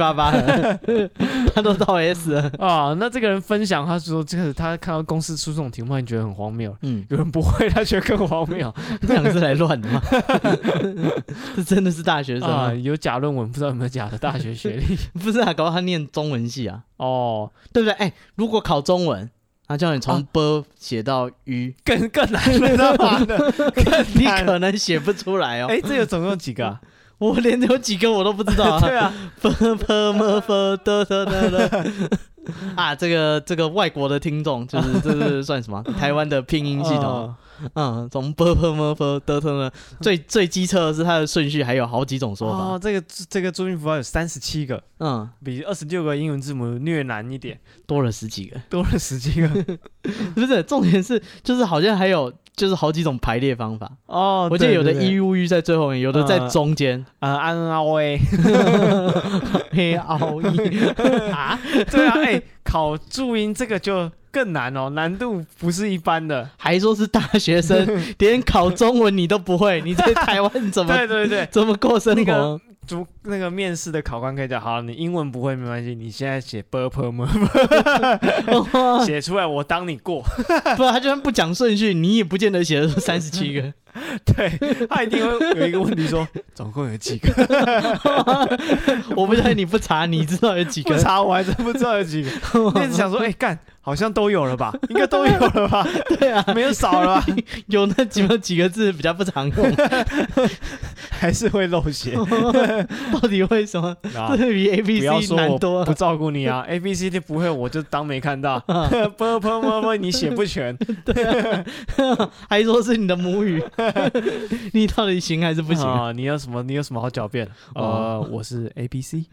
788，他都到 S 了那这个人分享，他说这个他看到公司出这种题目，他觉得很荒谬。有人不会，他觉得更荒谬。 这2个是来乱的吗？这真的是大学生有假论文，不知道有没有假的大学学历？ 不是搞不好他念中文系啊。对不对？如果考中文，他叫你从 b 写到 u， 更难了，知道吗？ 你可能写不出来哦。 这个总共有几个？ 我连有几个我都不知道。 对啊 ，p p m f d d d 这个外国的听众，就是这是算什么？台湾的拼音系统。从 b p m f d d 呢，最机车的是它的顺序还有好几种说法。 这个注音符号有37个，比26个英文字母略难一点， 多了10几个，不是，重点是就是好像还有就是好几种排列方法我记得有的 e u u 在最后面，有的在中间安凹 a 黑凹 e 对啊，考注音这个就更难难度不是一般的， 还说是大学生，连考中文你都不会，你在台湾怎么对怎么过生活？ 那个面试的考官可以讲，好，你英文不会没关系，你现在写 b p m， 写出来我当你过。 不，他就算不讲顺序，你也不见得写得出37个。 对，他一定会有一个问题说，总共有几个？ 我不知道，你不查，你知道有几个？ 不查我还真不知道有几个。一直想说，干，好像都有了吧？应该都有了吧？ 对啊， 没有少了吧？ 有那几个字比较不常用， 还是会漏写。 到底为什么？这比 A B C 难多了。 不照顾你啊 ，A B C D 不会，我就当没看到。不，你写不全。 对啊，还说是你的母语。你到底行还是不行你有什么好狡辩？我是 A B C，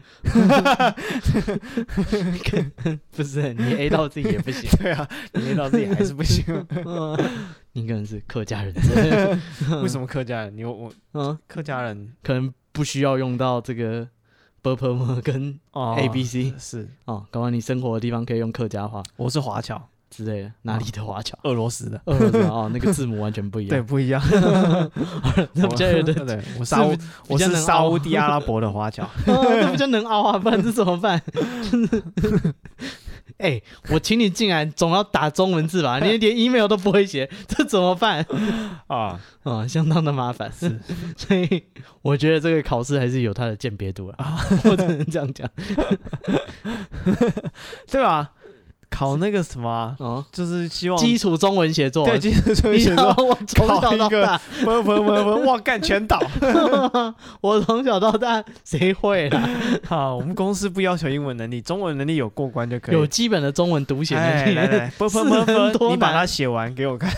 不是你 A 到自己也不行。 对啊，你 A 到自己还是不行。 你可能是客家人。 为什么客家人？客家人可能不需要用到这个 b p m 跟 a b c 是哦，搞完你生活的地方可以用客家话。 我是华侨之类的，哪里的华侨？ 俄罗斯的。 哦，那个字母完全不一样。 对，不一样。 那比较有的， 对，我是沙烏地阿拉伯的华侨。 那比较能凹啊，不然这怎么办？我请你进来，总要打中文字吧？你连 email 都不会写，这怎么办？相当的麻烦。是，所以我觉得这个考试还是有它的鉴别度啊，我只能这样讲， 对吧？考那个什么就是希望基础中文写作。 对，基础中文写作。 我从小到大， 哇，干全倒。 我从小到大谁会啦？ 好，我们公司不要求英文能力，中文能力有过关就可以。 有基本的中文读写能力。 来，你把它写完给我看。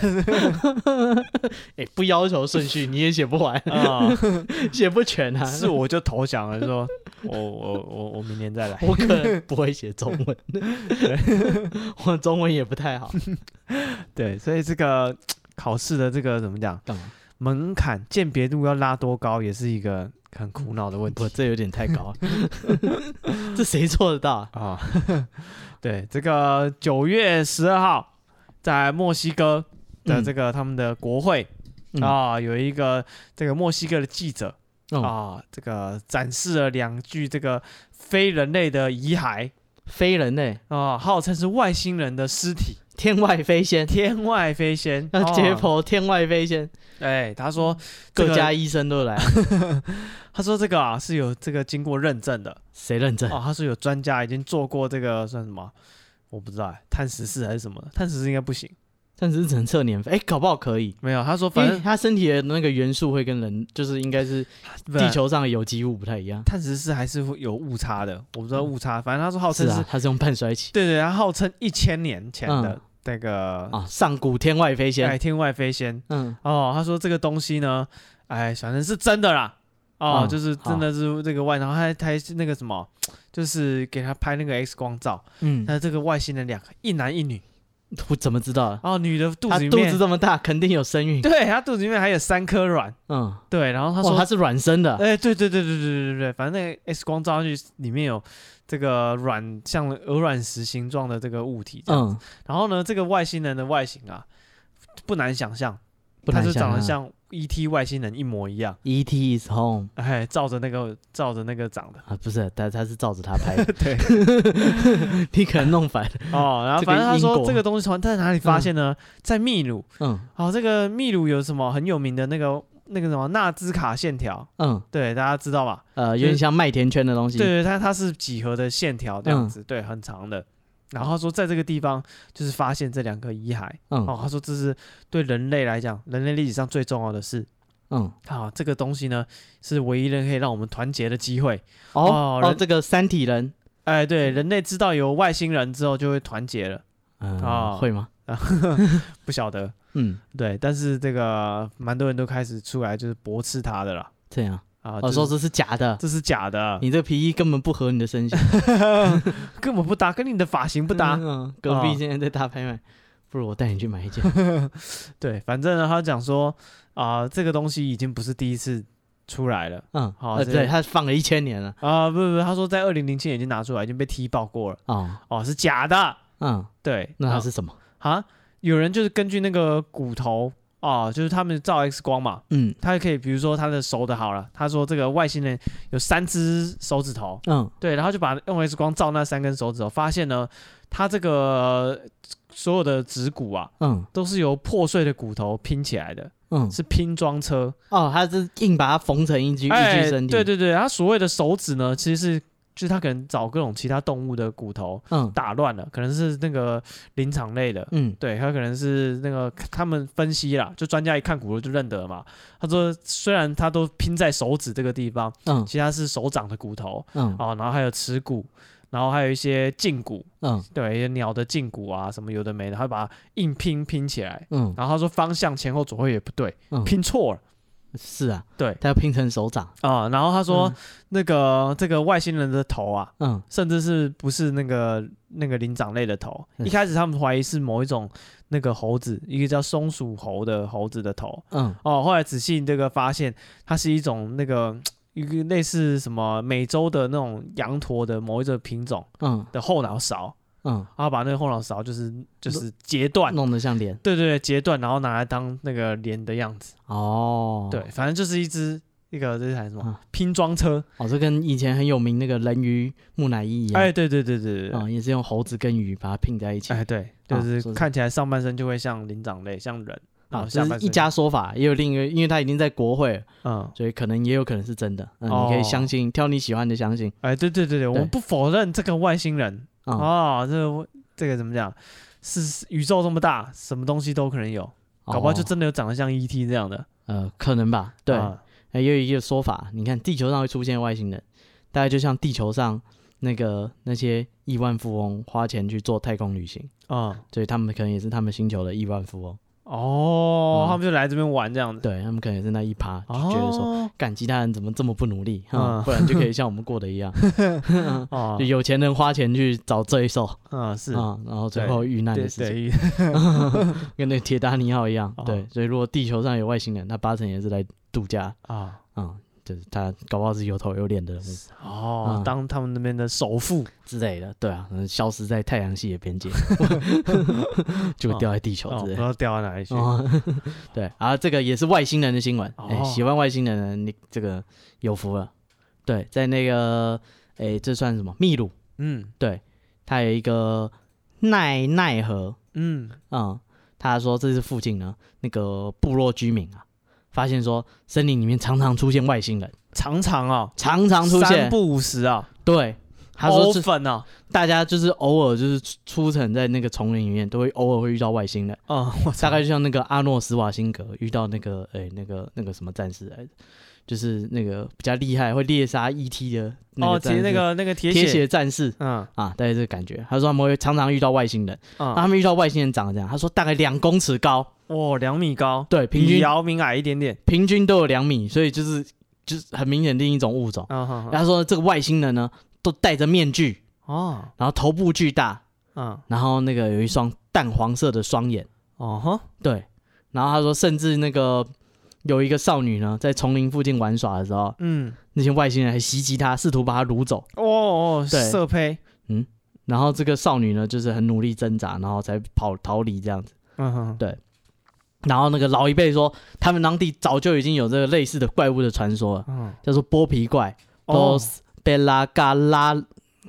不要求顺序，你也写不完写不全啊。 是我就投降了，说我明年再来。 我可能不会写中文。我中文也不太好。 对，所以这个考试的这个怎么讲？门槛鉴别度要拉多高，也是一个很苦恼的问题。 这有点太高。这谁做得到啊？ 对，这个9月12号，在墨西哥的这个他们的国会有一个这个墨西哥的记者这个展示了2具这个非人类的遗骸。 非人类号称是外星人的尸体， 天外飞仙， 解剖天外飞仙。 他说各家医生都来。 他说这个是有这个经过认证的。 谁认证？ 他说有专家已经做过这个算什么？我不知道，碳14还是什么？碳14应该不行。 但是只能测年份，搞不好可以。 没有，他说反正他身体的那个元素会跟人，就是应该是地球上的有机物不太一样。 碳14还是会有误差的，我不知道误差。反正他说号称是他是用半衰期。 对，他号称1000年前的那个上古天外飞仙。 天外飞仙。他说这个东西呢，反正是真的啦。就是真的是这个外，然后他是那个什么，就是给他拍那个 X 光照。他这个外星人2个，一男一女。 我怎么知道？ 女的肚子里面， 她肚子这么大，肯定有身孕。 对，她肚子里面还有3颗卵。对，然后她说她是卵生的。 对，反正那个 X 光照上去，里面有这个卵，像鹅卵石形状的这个物体这样子。然后呢，这个外星人的外形不难想象，他就长得像 E.T. 外星人一模一样。 E.T. is home。 照着那个长的不是，他是照着他拍的。 对， 你可能弄反了。然后反正他说这个东西在哪里发现呢？在秘鲁。这个秘鲁有什么很有名的那个什么纳兹卡线条？对，大家知道吧？ 有点像麦田圈的东西。 对，它是几何的线条这样子，对，很长的。然后他说，在这个地方就是发现这2个遗骸。他说这是对人类来讲，人类历史上最重要的事。这个东西呢，是唯一可以让我们团结的机会。 这个3体人。 对，人类知道有外星人之后就会团结了。 会吗？ 不晓得。对，但是这个蛮多人都开始出来就是驳斥他的啦。 这样。说这是假的， 这是假的， 你这个皮衣根本不合你的身形。 根本不搭，跟你的发型不搭。 隔壁现在在大拍卖，不如我带你去买一件。 对，反正呢，他讲说这个东西已经不是第一次出来了。 对，他放了1000年了。 不，他说在2007年已经拿出来，已经被踢爆过了。是假的。对， 那它是什么？ 有人就是根据那个骨头。就是他们照 X 光嘛，他可以比如说他的手的好了，他说这个外星人有3只手指头，对，然后就把用 X 光照那3根手指头，发现呢，他这个所有的指骨都是由破碎的骨头拼起来的，是拼装车， 他是硬把它缝成一具身体， 对，他所谓的手指呢，其实是。就是他可能找各种其他动物的骨头打乱了，可能是那个灵长类的，对，他可能是那个他们分析啦，就专家一看骨头就认得嘛。他说虽然他都拼在手指这个地方，其实它是手掌的骨头，然后还有耻骨，然后还有一些胫骨，对，一些鸟的胫骨啊什么有的没的，他把它硬拼起来，然后他说方向前后左右也不对，拼错了。 是啊， 对， 他要拼成手掌然后他说这个外星人的头甚至是不是那个灵长类的头，一开始他们怀疑是某一种那个猴子，一个叫松鼠猴的猴子的头，后来仔细这个发现它是一种那个一个类似什么美洲的那种羊驼的某一种品种的后脑勺，然后把那个后脑勺就是截断， 弄得像脸， 对对对，截断，然后拿来当那个脸的样子。对，反正就是这台什么拼装车。 这跟以前很有名那个人鱼木乃伊一样。 对， 也是用猴子跟鱼把它拼在一起。 对，就是看起来上半身就会像灵长类，像人。 这是一家说法，也有另一个，因为他已经在国会了，所以也有可能是真的。你可以相信，挑你喜欢的相信。 对，我们不否认这个外星人。这个怎么讲？是宇宙这么大，什么东西都可能有，搞不好就真的有长得像 ET 这样的。 可能吧。对，也有一个说法，你看地球上会出现外星人，大概就像地球上那些亿万富翁花钱去做太空旅行所以他们可能也是他们星球的亿万富翁。 他们就来这边玩这样子。 对，他们可能也是那1%，就觉得说，干其他人怎么这么不努力，不然就可以像我们过的一样。就有钱人花钱去找罪受，然后最后遇难的事情，跟那个铁达尼号一样。对，所以如果地球上有外星人，他8成也是来度假就是他搞不好是有头有脸的人物当他们那边的首富之类的。对啊，消失在太阳系的边界，就掉在地球之类的， 不知道掉到哪里去。 对，这个也是外星人的新闻。喜欢外星人的你这个有福了。对，在那个这算什么？秘鲁。对，他有一个奈河。他说这是附近呢那个部落居民发现说森林里面常常出现外星人，常常出现，3 不5时对，他说粉大家就是偶尔就是出城在那个丛林里面，都会偶尔会遇到外星人。大概就像那个阿诺斯瓦辛格遇到那个那个什么战士来着，就是那个比较厉害会猎杀 ET 的那个战士， 那个铁血战士。大概这个感觉。他说他们会常常遇到外星人，他们遇到外星人长得这样，他说大概2公尺高。 2米高， 对，平均比姚明矮一点点， 平均都有2米，所以就是很明显另一种物种。他说这个外星人呢都戴着面具然后头部巨大，然后那个有一双淡黄色的双眼。对，然后他说甚至那个有一个少女呢在丛林附近玩耍的时候，那些外星人还袭击她，试图把她掳走。对， 色胚。 然后这个少女呢就是很努力挣扎，然后才逃离这样子。对。然后那个老一辈说，他们当地早就已经有这个类似的怪物的传说了，叫做剥皮怪 ，Los Belagalas，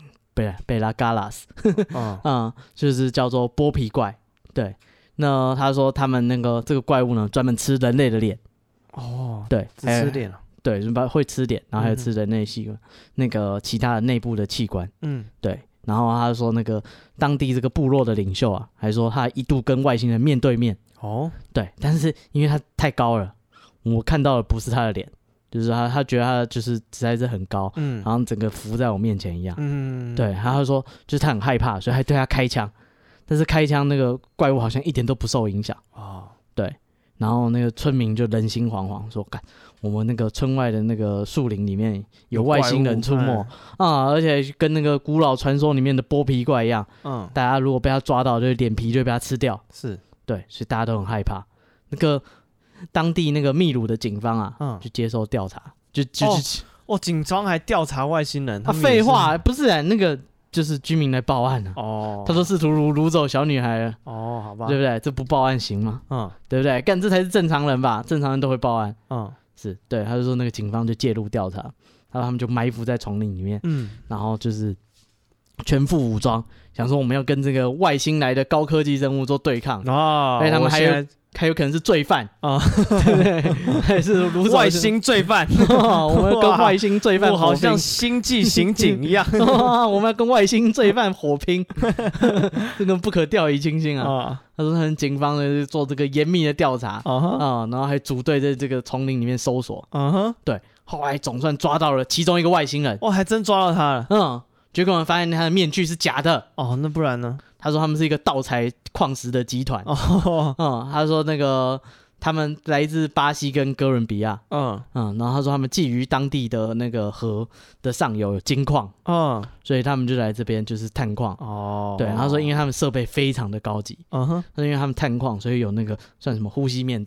就是叫做剥皮怪。对，那他说他们这个怪物呢，专门吃人类的脸。对， 只吃脸对，会吃脸，然后还有吃人类器官，那个其他的内部的器官。对。然后他说那个当地这个部落的领袖还说他一度跟外星人面对面。对，但是因为他太高了，我看到的不是他的脸，就是他觉得他就是实在是很高，然后整个浮在我面前一样。对，他就说就是他很害怕，所以还对他开枪，但是开枪那个怪物好像一点都不受影响。对，然后那个村民就人心惶惶，说干我们那个村外的那个树林里面有外星人出没而且跟那个古老传说里面的剥皮怪一样，大家如果被他抓到，就是脸皮就会被他吃掉。对，所以大家都很害怕。那个当地那个秘鲁的警方就接受调查， 警方还调查外星人。 废话，不是那个就是居民来报案他说试图掳走小女孩了。 好吧， 对不对？这不报案行吗？对不对？干这才是正常人吧？正常人都会报案。是对，他就说那个警方就介入调查，然后他们就埋伏在丛林里面，然后就是全副武装，想说我们要跟这个外星来的高科技生物做对抗所以他们还有可能是罪犯对不对？还是外星罪犯我们要跟外星罪犯火拼， 好像星际刑警一样我们要跟外星罪犯火拼这个不可掉以轻心他说他们警方呢做这个严密的调查然后还组队在这个丛林里面搜索对，后来总算抓到了其中一个外星人。 还真抓到他了。 结果我们发现他的面具是假的。 那不然呢？ 他说他们是一个盗采矿石的集团。他说那个他们来自巴西跟哥伦比亚。然后他说他们觊觎当地的那个河的上游有金矿。所以他们就来这边就是探矿。对，他说因为他们设备非常的高级。他说因为他们探矿，所以有那个算什么呼吸面罩。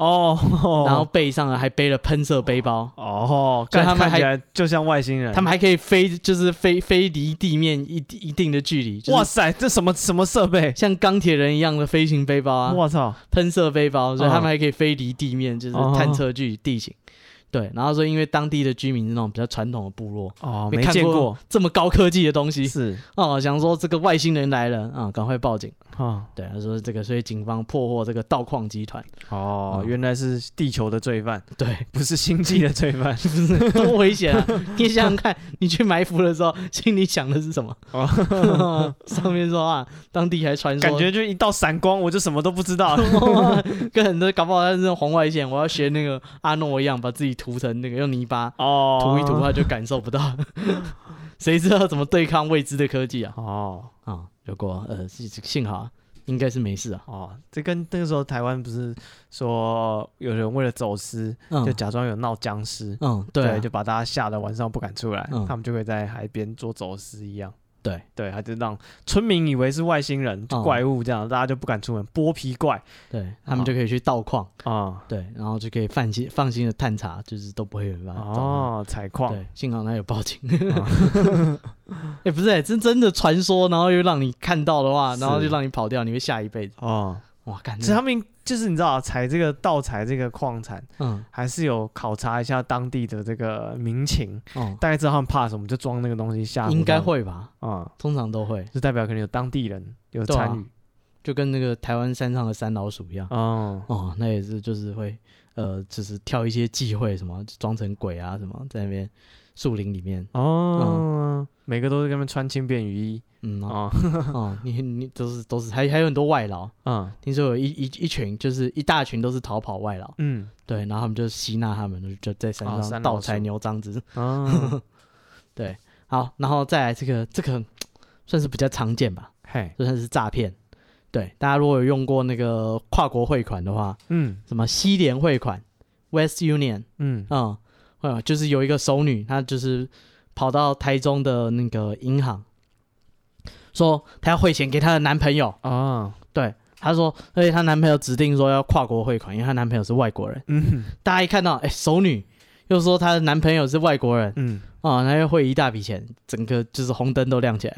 哦， 然后背上还背了喷射背包哦，所以他们看起来就像外星人， 他们还可以飞，就是飞离地面一定的距离。 哇塞，这什么设备？ 像钢铁人一样的飞行背包啊！ 我操， 喷射背包，所以他们还可以飞离地面，就是探测距离地形。对，然后说因为当地的居民是那种比较传统的部落， 没见过这么高科技的东西， 是想说这个外星人来了啊，赶快报警。对，他说这个，所以警方破获这个盗矿集团。 原来是地球的罪犯， 对， 不是星际的罪犯， 不是多危险啊！你想想看，你去埋伏的时候，心里想的是什么？上面说啊，当地还传说， 感觉就一道闪光，我就什么都不知道。 跟很多搞不好他是红外线，我要学那个阿诺一样，把自己涂成那个用泥巴涂一涂，他就感受不到。谁知道怎么对抗未知的科技啊？结果幸好应该是没事啊。 这跟那个时候台湾不是说有人为了走私，就假装有闹僵尸，对，就把大家吓得晚上不敢出来，他们就会在海边做走私一样。对，他就让村民以为是外星人、怪物这样，大家就不敢出门。剥皮怪， 对他们就可以去盗矿对，然后就可以放心的探查，就是都不会有人采矿。对， 幸好他有报警。不是，真的传说，然后又让你看到的话，然后就让你跑掉，你会吓一辈子。哇，感觉他们就是你知道盗采这个矿产，还是有考察一下当地的这个民情，大概知道他们怕什么，就装那个东西吓唬他们。 应该会吧？通常都会， 就代表可能有当地人有参与， 就跟那个台湾山上的山老鼠一样。那也是就是会就是跳一些忌讳什么，装成鬼啊什么，在那边树林里面。 每个都是跟他们穿轻便雨衣。 你都是还有很多外劳。听说有一群，就是一大群都是逃跑外劳。对，然后他们就吸纳他们，就在山上盗采牛樟子。对，好，然后再来这个算是比较常见吧，就算是诈骗。对，大家如果有用过那个跨国汇款的话，什么西联汇款 （West Union），就是有一个熟女，她就是跑到台中的那个银行，说她要汇钱给她的男朋友。对，她说，而且她男朋友指定说要跨国汇款，因为她男朋友是外国人。大家一看到，熟女又说她的男朋友是外国人，她又汇一大笔钱，整个就是红灯都亮起来。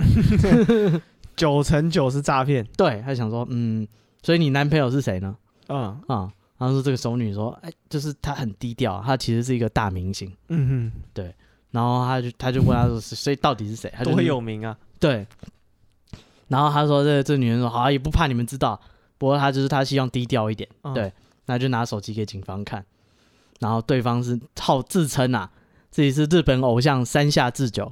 9成9是诈骗。 对，他想说，所以你男朋友是谁呢？然后说这个熟女说，就是他很低调，他其实是一个大明星。对，然后他就问他说，所以到底是谁？他多有名啊。 对，然后他说这女人说，好，也不怕你们知道，不过他希望低调一点。对，那就拿手机给警方看，然后对方是自称自己是日本偶像山下智久。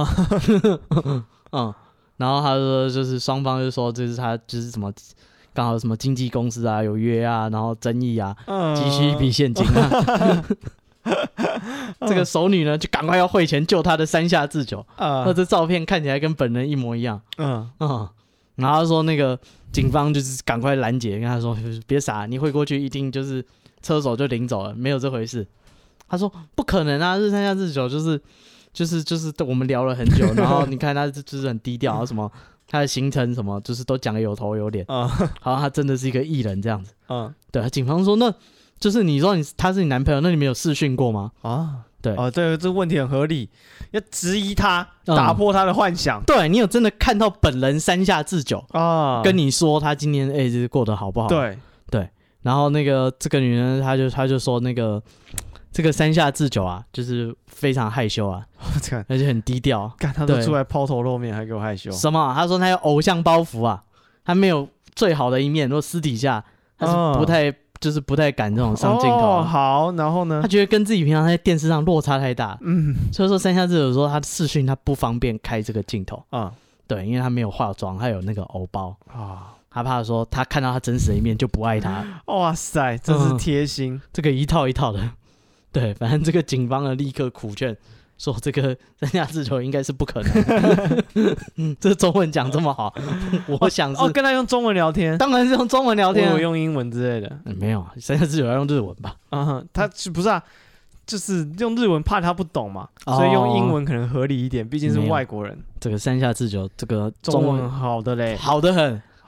然后他说，就是双方就说，这是他就是什么，刚好什么经纪公司啊有约啊，然后争议啊，急需一笔现金啊。这个熟女呢，就赶快要汇钱救他的山下智久。这照片看起来跟本人一模一样。然后他说那个警方就是赶快拦截，跟他说别傻，你汇过去一定就是车手就领走了，没有这回事。他说不可能啊，山下智久就是我们聊了很久，然后你看他就是很低调，然后什么他的行程什么就是都讲得有头有脸，好像他真的是一个艺人这样子。对，警方说那就是你说他是你男朋友，那你们有视讯过吗？对， 对，这个问题很合理，要质疑他，打破他的幻想。 对，你有真的看到本人山下智久跟你说他今天就是过得好不好？ 对， 然后那个这个女人他就说那个。这个山下智久就是非常害羞而且很低调。 干，他都出来抛头露面，还给我害羞。 什么？他说他有偶像包袱他没有最好的一面，如果私底下他是不太敢这种上镜头。 好，然后呢？ 他觉得跟自己平常在电视上落差太大。所以说山下智久说他的视讯他不方便开这个镜头。对，因为他没有化妆，他有那个偶包他怕说他看到他真实的一面就不爱他。 哇塞，真是贴心。 这个一套一套的。对，反正这个警方呢立刻苦劝说，这个山下智久应该是不可能。这中文讲这么好，我想是跟他用中文聊天， 当然是用中文聊天， 我用英文之类的。 没有，山下智久要用日文吧？ 他不是就是用日文怕他不懂嘛，所以用英文可能合理一点，毕竟是外国人。 这个山下智久这个中文好的嘞， 好的很。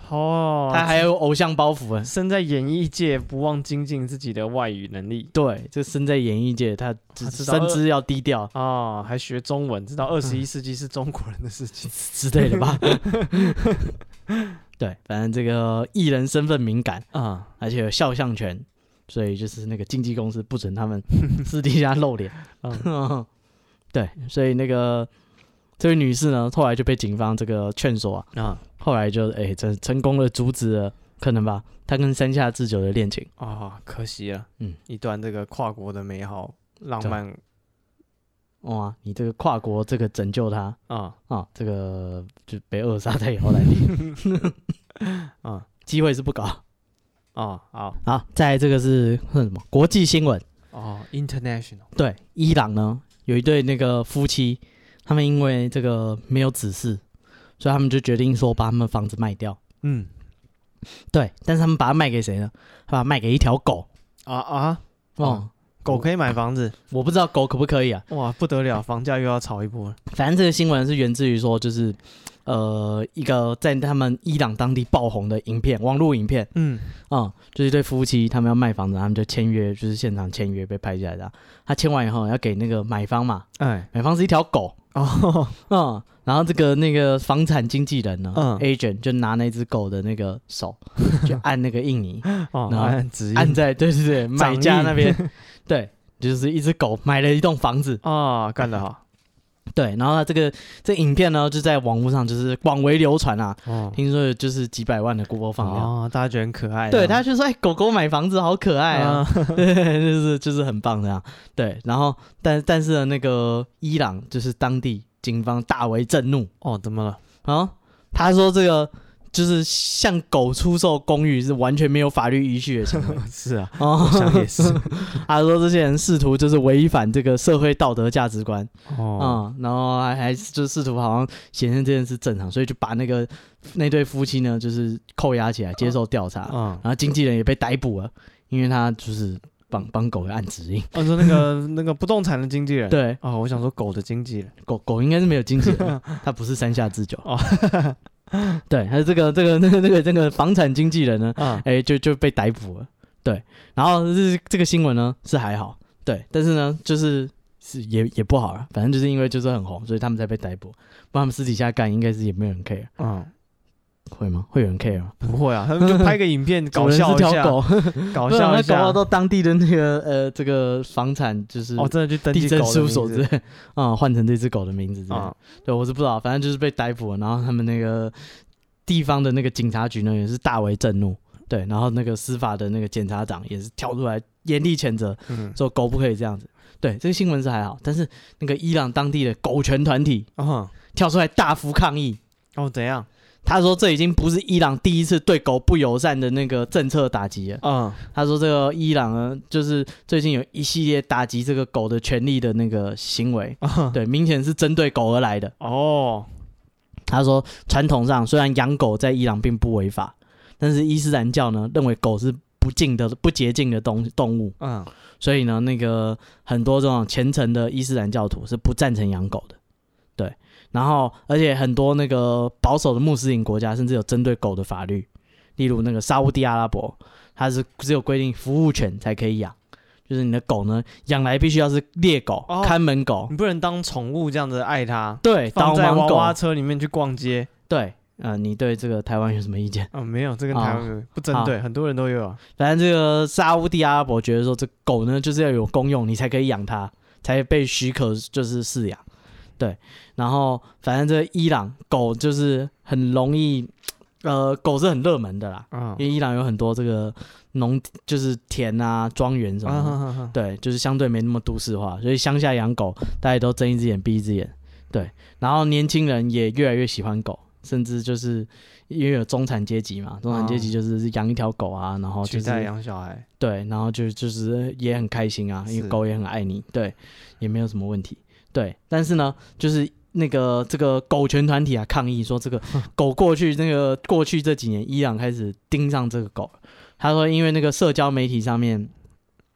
哦， 他还有偶像包袱啊， 身在演艺界不忘精进自己的外语能力。 对，就身在演艺界，他深知要低调啊，还学中文，知道21世纪是中国人的事情之类的吧。对，反正这个艺人身份敏感啊，而且有肖像权，所以就是那个经纪公司不准他们私底下露脸。对，所以那个这位女士呢，后来就被警方这个劝说啊，后来就成功的阻止了，可能吧，她跟山下智久的恋情啊，可惜了，一段这个跨国的美好浪漫。 哇，你这个跨国这个拯救他这个就被扼杀在摇篮里机会是不高好，再来这个是什么国际新闻 international。 对，伊朗呢有一对那个夫妻，他们因为这个没有子嗣，所以他们就决定说把他们房子卖掉。对，但是他们把它卖给谁呢？他把它卖给一条狗狗可以买房子？ 我不知道狗可不可以啊。 哇，不得了，房价又要炒一波了。 反正这个新闻是源自于说，就是一个在他们伊朗当地爆红的影片，网络影片。就是一对夫妻，他们要卖房子，他们就签约，就是现场签约被拍下来的。他签完以后要给那个买方嘛，买方是一条狗然后这个那个房产经纪人呢，agent 就拿那只狗的那个手，就按那个印泥，然后按在对买家那边，对，就是一只狗买了一栋房子干得好。 对，然后这影片呢就在网络上就是广为流传听说就是几百万的播放量大家觉得很可爱。 对，大家就说狗狗买房子好可爱对，就是很棒这样。对，然后但是呢，那个伊朗就是当地警方大为震怒怎么了他说这个就是向狗出售公寓是完全没有法律依据的行为。 是啊，我想也是。 他说这些人试图就是违反这个社会道德价值观然后还就试图好像显现这件事正常，所以就把那对夫妻呢就是扣押起来接受调查然后经纪人也被逮捕了，因为他就是帮狗按指令。 说那个不动产的经纪人。 对我想说狗的经纪人， 狗应该是没有经纪人他不是山下智久对，还有这个房产经纪人呢就被逮捕了。对，然后这个新闻呢是还好，对，但是呢就是也不好了，反正就是因为就是很红，所以他们才被逮捕，不然他们私底下干应该是也没有人 care。会吗？会有人 care 吗？ 不会啊，他们就拍个影片搞笑一下，搞笑一下， 搞到当地的那个这个房产就是真的去登记地政事务所之类换成这只狗的名字之类对，我是不知道，反正就是被逮捕了，然后他们那个地方的那个警察局呢也是大为震怒，对，然后那个司法的那个检察长也是跳出来严厉谴责，说狗不可以这样子。对，这个新闻是还好，但是那个伊朗当地的狗权团体跳出来大幅抗议。 怎样？ 他说这已经不是伊朗第一次对狗不友善的那个政策打击了。他说这个伊朗呢，就是最近有一系列打击这个狗的权利的那个行为，对，明显是针对狗而来的。他说传统上虽然养狗在伊朗并不违法，但是伊斯兰教呢认为狗是不洁净的动物。所以呢，那个很多这种虔诚的伊斯兰教徒是不赞成养狗的。对。然后，而且很多那个保守的穆斯林国家甚至有针对狗的法律，例如那个沙烏地阿拉伯，它是只有规定服务犬才可以养，就是你的狗呢养来必须要是猎狗、看门狗， 你不能当宠物这样子爱它。 对， 放在娃娃车里面去逛街。 对，你对这个台湾有什么意见？ 没有，这跟台湾不针对，很多人都有反正这个沙烏地阿拉伯觉得说，这狗呢就是要有功用，你才可以养它，才被许可就是饲养。对，然后反正这伊朗狗就是很容易，狗是很热门的啦，因为伊朗有很多这个就是田啊、庄园什么的，对，就是相对没那么都市化，所以乡下养狗大家都睁一只眼闭一只眼，对，然后年轻人也越来越喜欢狗，甚至就是因为有中产阶级嘛，中产阶级就是养一条狗啊，然后就是养小孩， 对，然后就是也很开心啊，因为狗也很爱你，对，也没有什么问题。对，但是呢，就是这个狗权团体抗议说，这个狗过去这几年，伊朗开始盯上这个狗。他说，因为那个社交媒体上面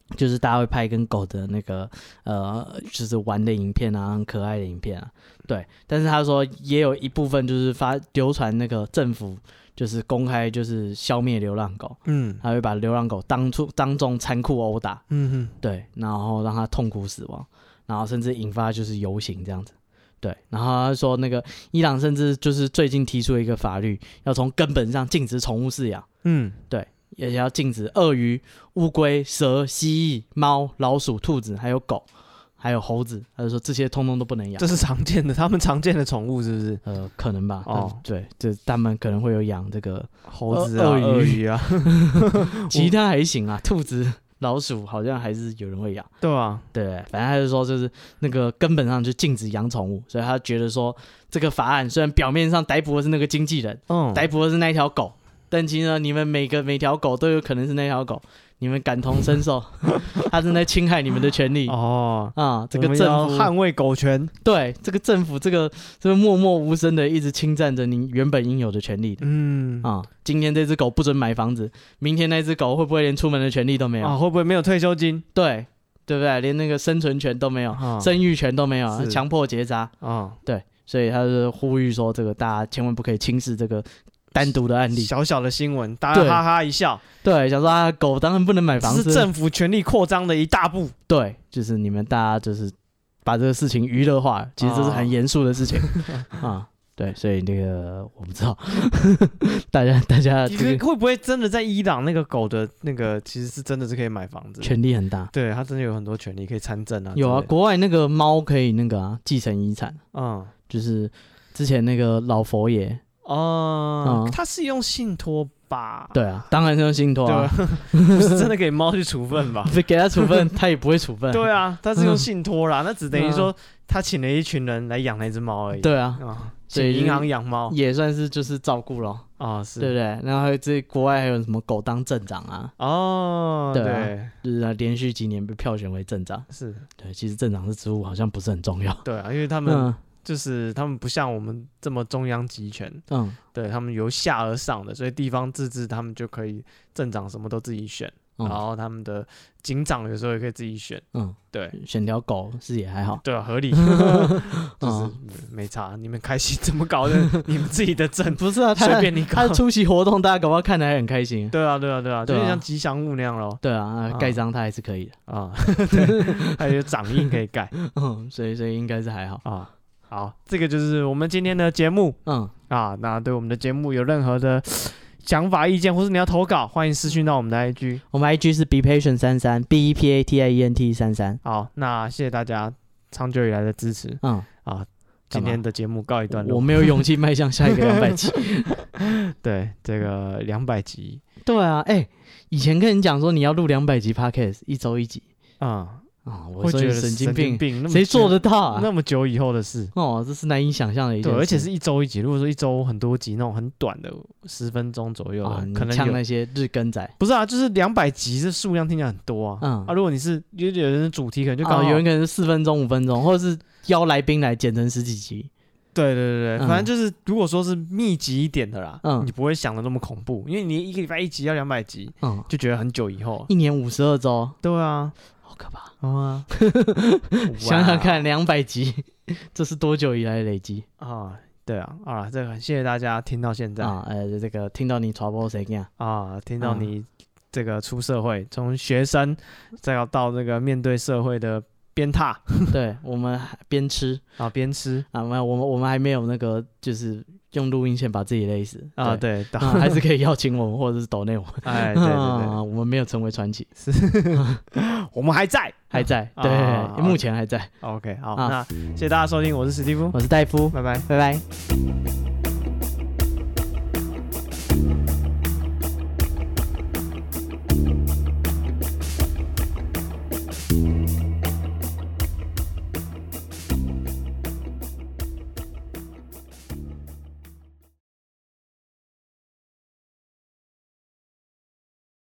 就是大家会拍跟狗的那个就是玩的影片啊，很可爱的影片啊，对。但是他说也有一部分就是流传那个政府就是公开就是消灭流浪狗，他会把流浪狗当众残酷殴打，对，然后让它痛苦死亡，然后甚至引发就是游行这样子。对，然后他说那个伊朗甚至就是最近提出了一个法律，要从根本上禁止宠物饲养，对，也要禁止鳄鱼、乌龟、蛇、蜥蜴、猫、老鼠、兔子，还有狗，还有猴子。他就说这些通通都不能养。 这是常见的，他们常见的宠物是不是？ 可能吧。对，就他们可能会有养这个猴子啊、鳄鱼啊， 其他还行啊，兔子。老鼠好像还是有人会养， 对啊， 对，反正他就说就是那个根本上就禁止养宠物，所以他觉得说这个法案虽然表面上逮捕的是那个经纪人，逮捕的是那条狗，但其实呢，你们每条狗都有可能是那条狗，你们感同身受，他正在侵害你们的权利这个政府捍卫狗权， 对，这个政府这个默默无声的一直侵占着你原本应有的权利的，今天这只狗不准买房子，明天那只狗会不会连出门的权利都没有？ 会不会没有退休金？ 对不对？连那个生存权都没有，生育权都没有，强迫结扎对，所以他是呼吁说，这个大家千万不可以轻视这个单独的案例， 小小的新闻，大家哈哈一笑。 对，想说狗当然不能买房子， 是政府权力扩张的一大步。 对，就是你们大家就是把这个事情娱乐化，其实这是很严肃的事情对，所以那个我不知道，大家会不会真的在伊朗那个狗的那个其实是真的是可以买房子， 权利很大， 对，它真的有很多权利可以参政啊。 有啊，国外那个猫可以那个继承遗产，就是之前那个老佛爷。 他是用信托吧？ 对啊，当然是用信托啊， 不是真的给猫去处分吧？ 给他处分，他也不会处分。 对啊，他是用信托啦，那只等于说他请了一群人来养那只猫而已。 对啊， 所以银行养猫也算是就是照顾咯。 是， 对不对？然后这国外还有什么狗当镇长啊？ 对， 就是连续几年被票选为镇长。 是， 对，其实镇长的职务好像不是很重要。 对啊，因为他们。就是他们不像我们这么中央集权，对，他们由下而上的，所以地方自治他们就可以镇长什么都自己选，然后他们的警长有时候也可以自己选，对， 选条狗是也还好， 对啊，合理，就是没差，你们开心怎么搞的，你们自己的镇不是啊， 随便你搞， 他出席活动，大家搞不好看得还很开心， 对啊，就有点像吉祥物那样咯， 对啊，盖章他还是可以的对，还有掌印可以盖， 所以应该是还好好，这个就是我们今天的节目。那对我们的节目有任何的想法、意见，或是你要投稿，欢迎私讯到我们的 IG。 我们 IG 是 bepatient33 BEPATIENT33。 好，那谢谢大家长久以来的支持。今天的节目告一段落。 我没有勇气迈向下一个200集。 对，这个200集。 对啊，以前跟你讲说你要录200集 Podcast， 1周1集。我觉得神经病，谁做得到啊？ 那么久以后的事这是难以想象的一件事。 对，而且是1周1集。如果说1周很多集那种很短的10分钟左右可能像那些日更仔。 不是啊，就是200集，这数量听起来很多啊。如果你是有人的主题，可能就刚好有人可能是4分钟、5分钟，或者是邀来宾来剪成10几集。 对，反正就是如果说是密集一点的啦，你不会想的那么恐怖，因为你1个礼拜1集要200集，就觉得很久以后。 1年52周。 对啊。 好可怕想想看200集，这是多久以来的累积对啊，这个谢谢大家听到现在这个听到你传播谁听到你这个出社会，从学生再要到这个面对社会的鞭挞， 对，我们边吃边吃我们还没有那个就是用录音线把自己累死对， 还是可以邀请我们或者是抖内我们对， 我们没有成为传奇， 是我们还在对，目前还在。 OK 好，那谢谢大家收听，我是史蒂夫， 我是戴夫， 拜拜。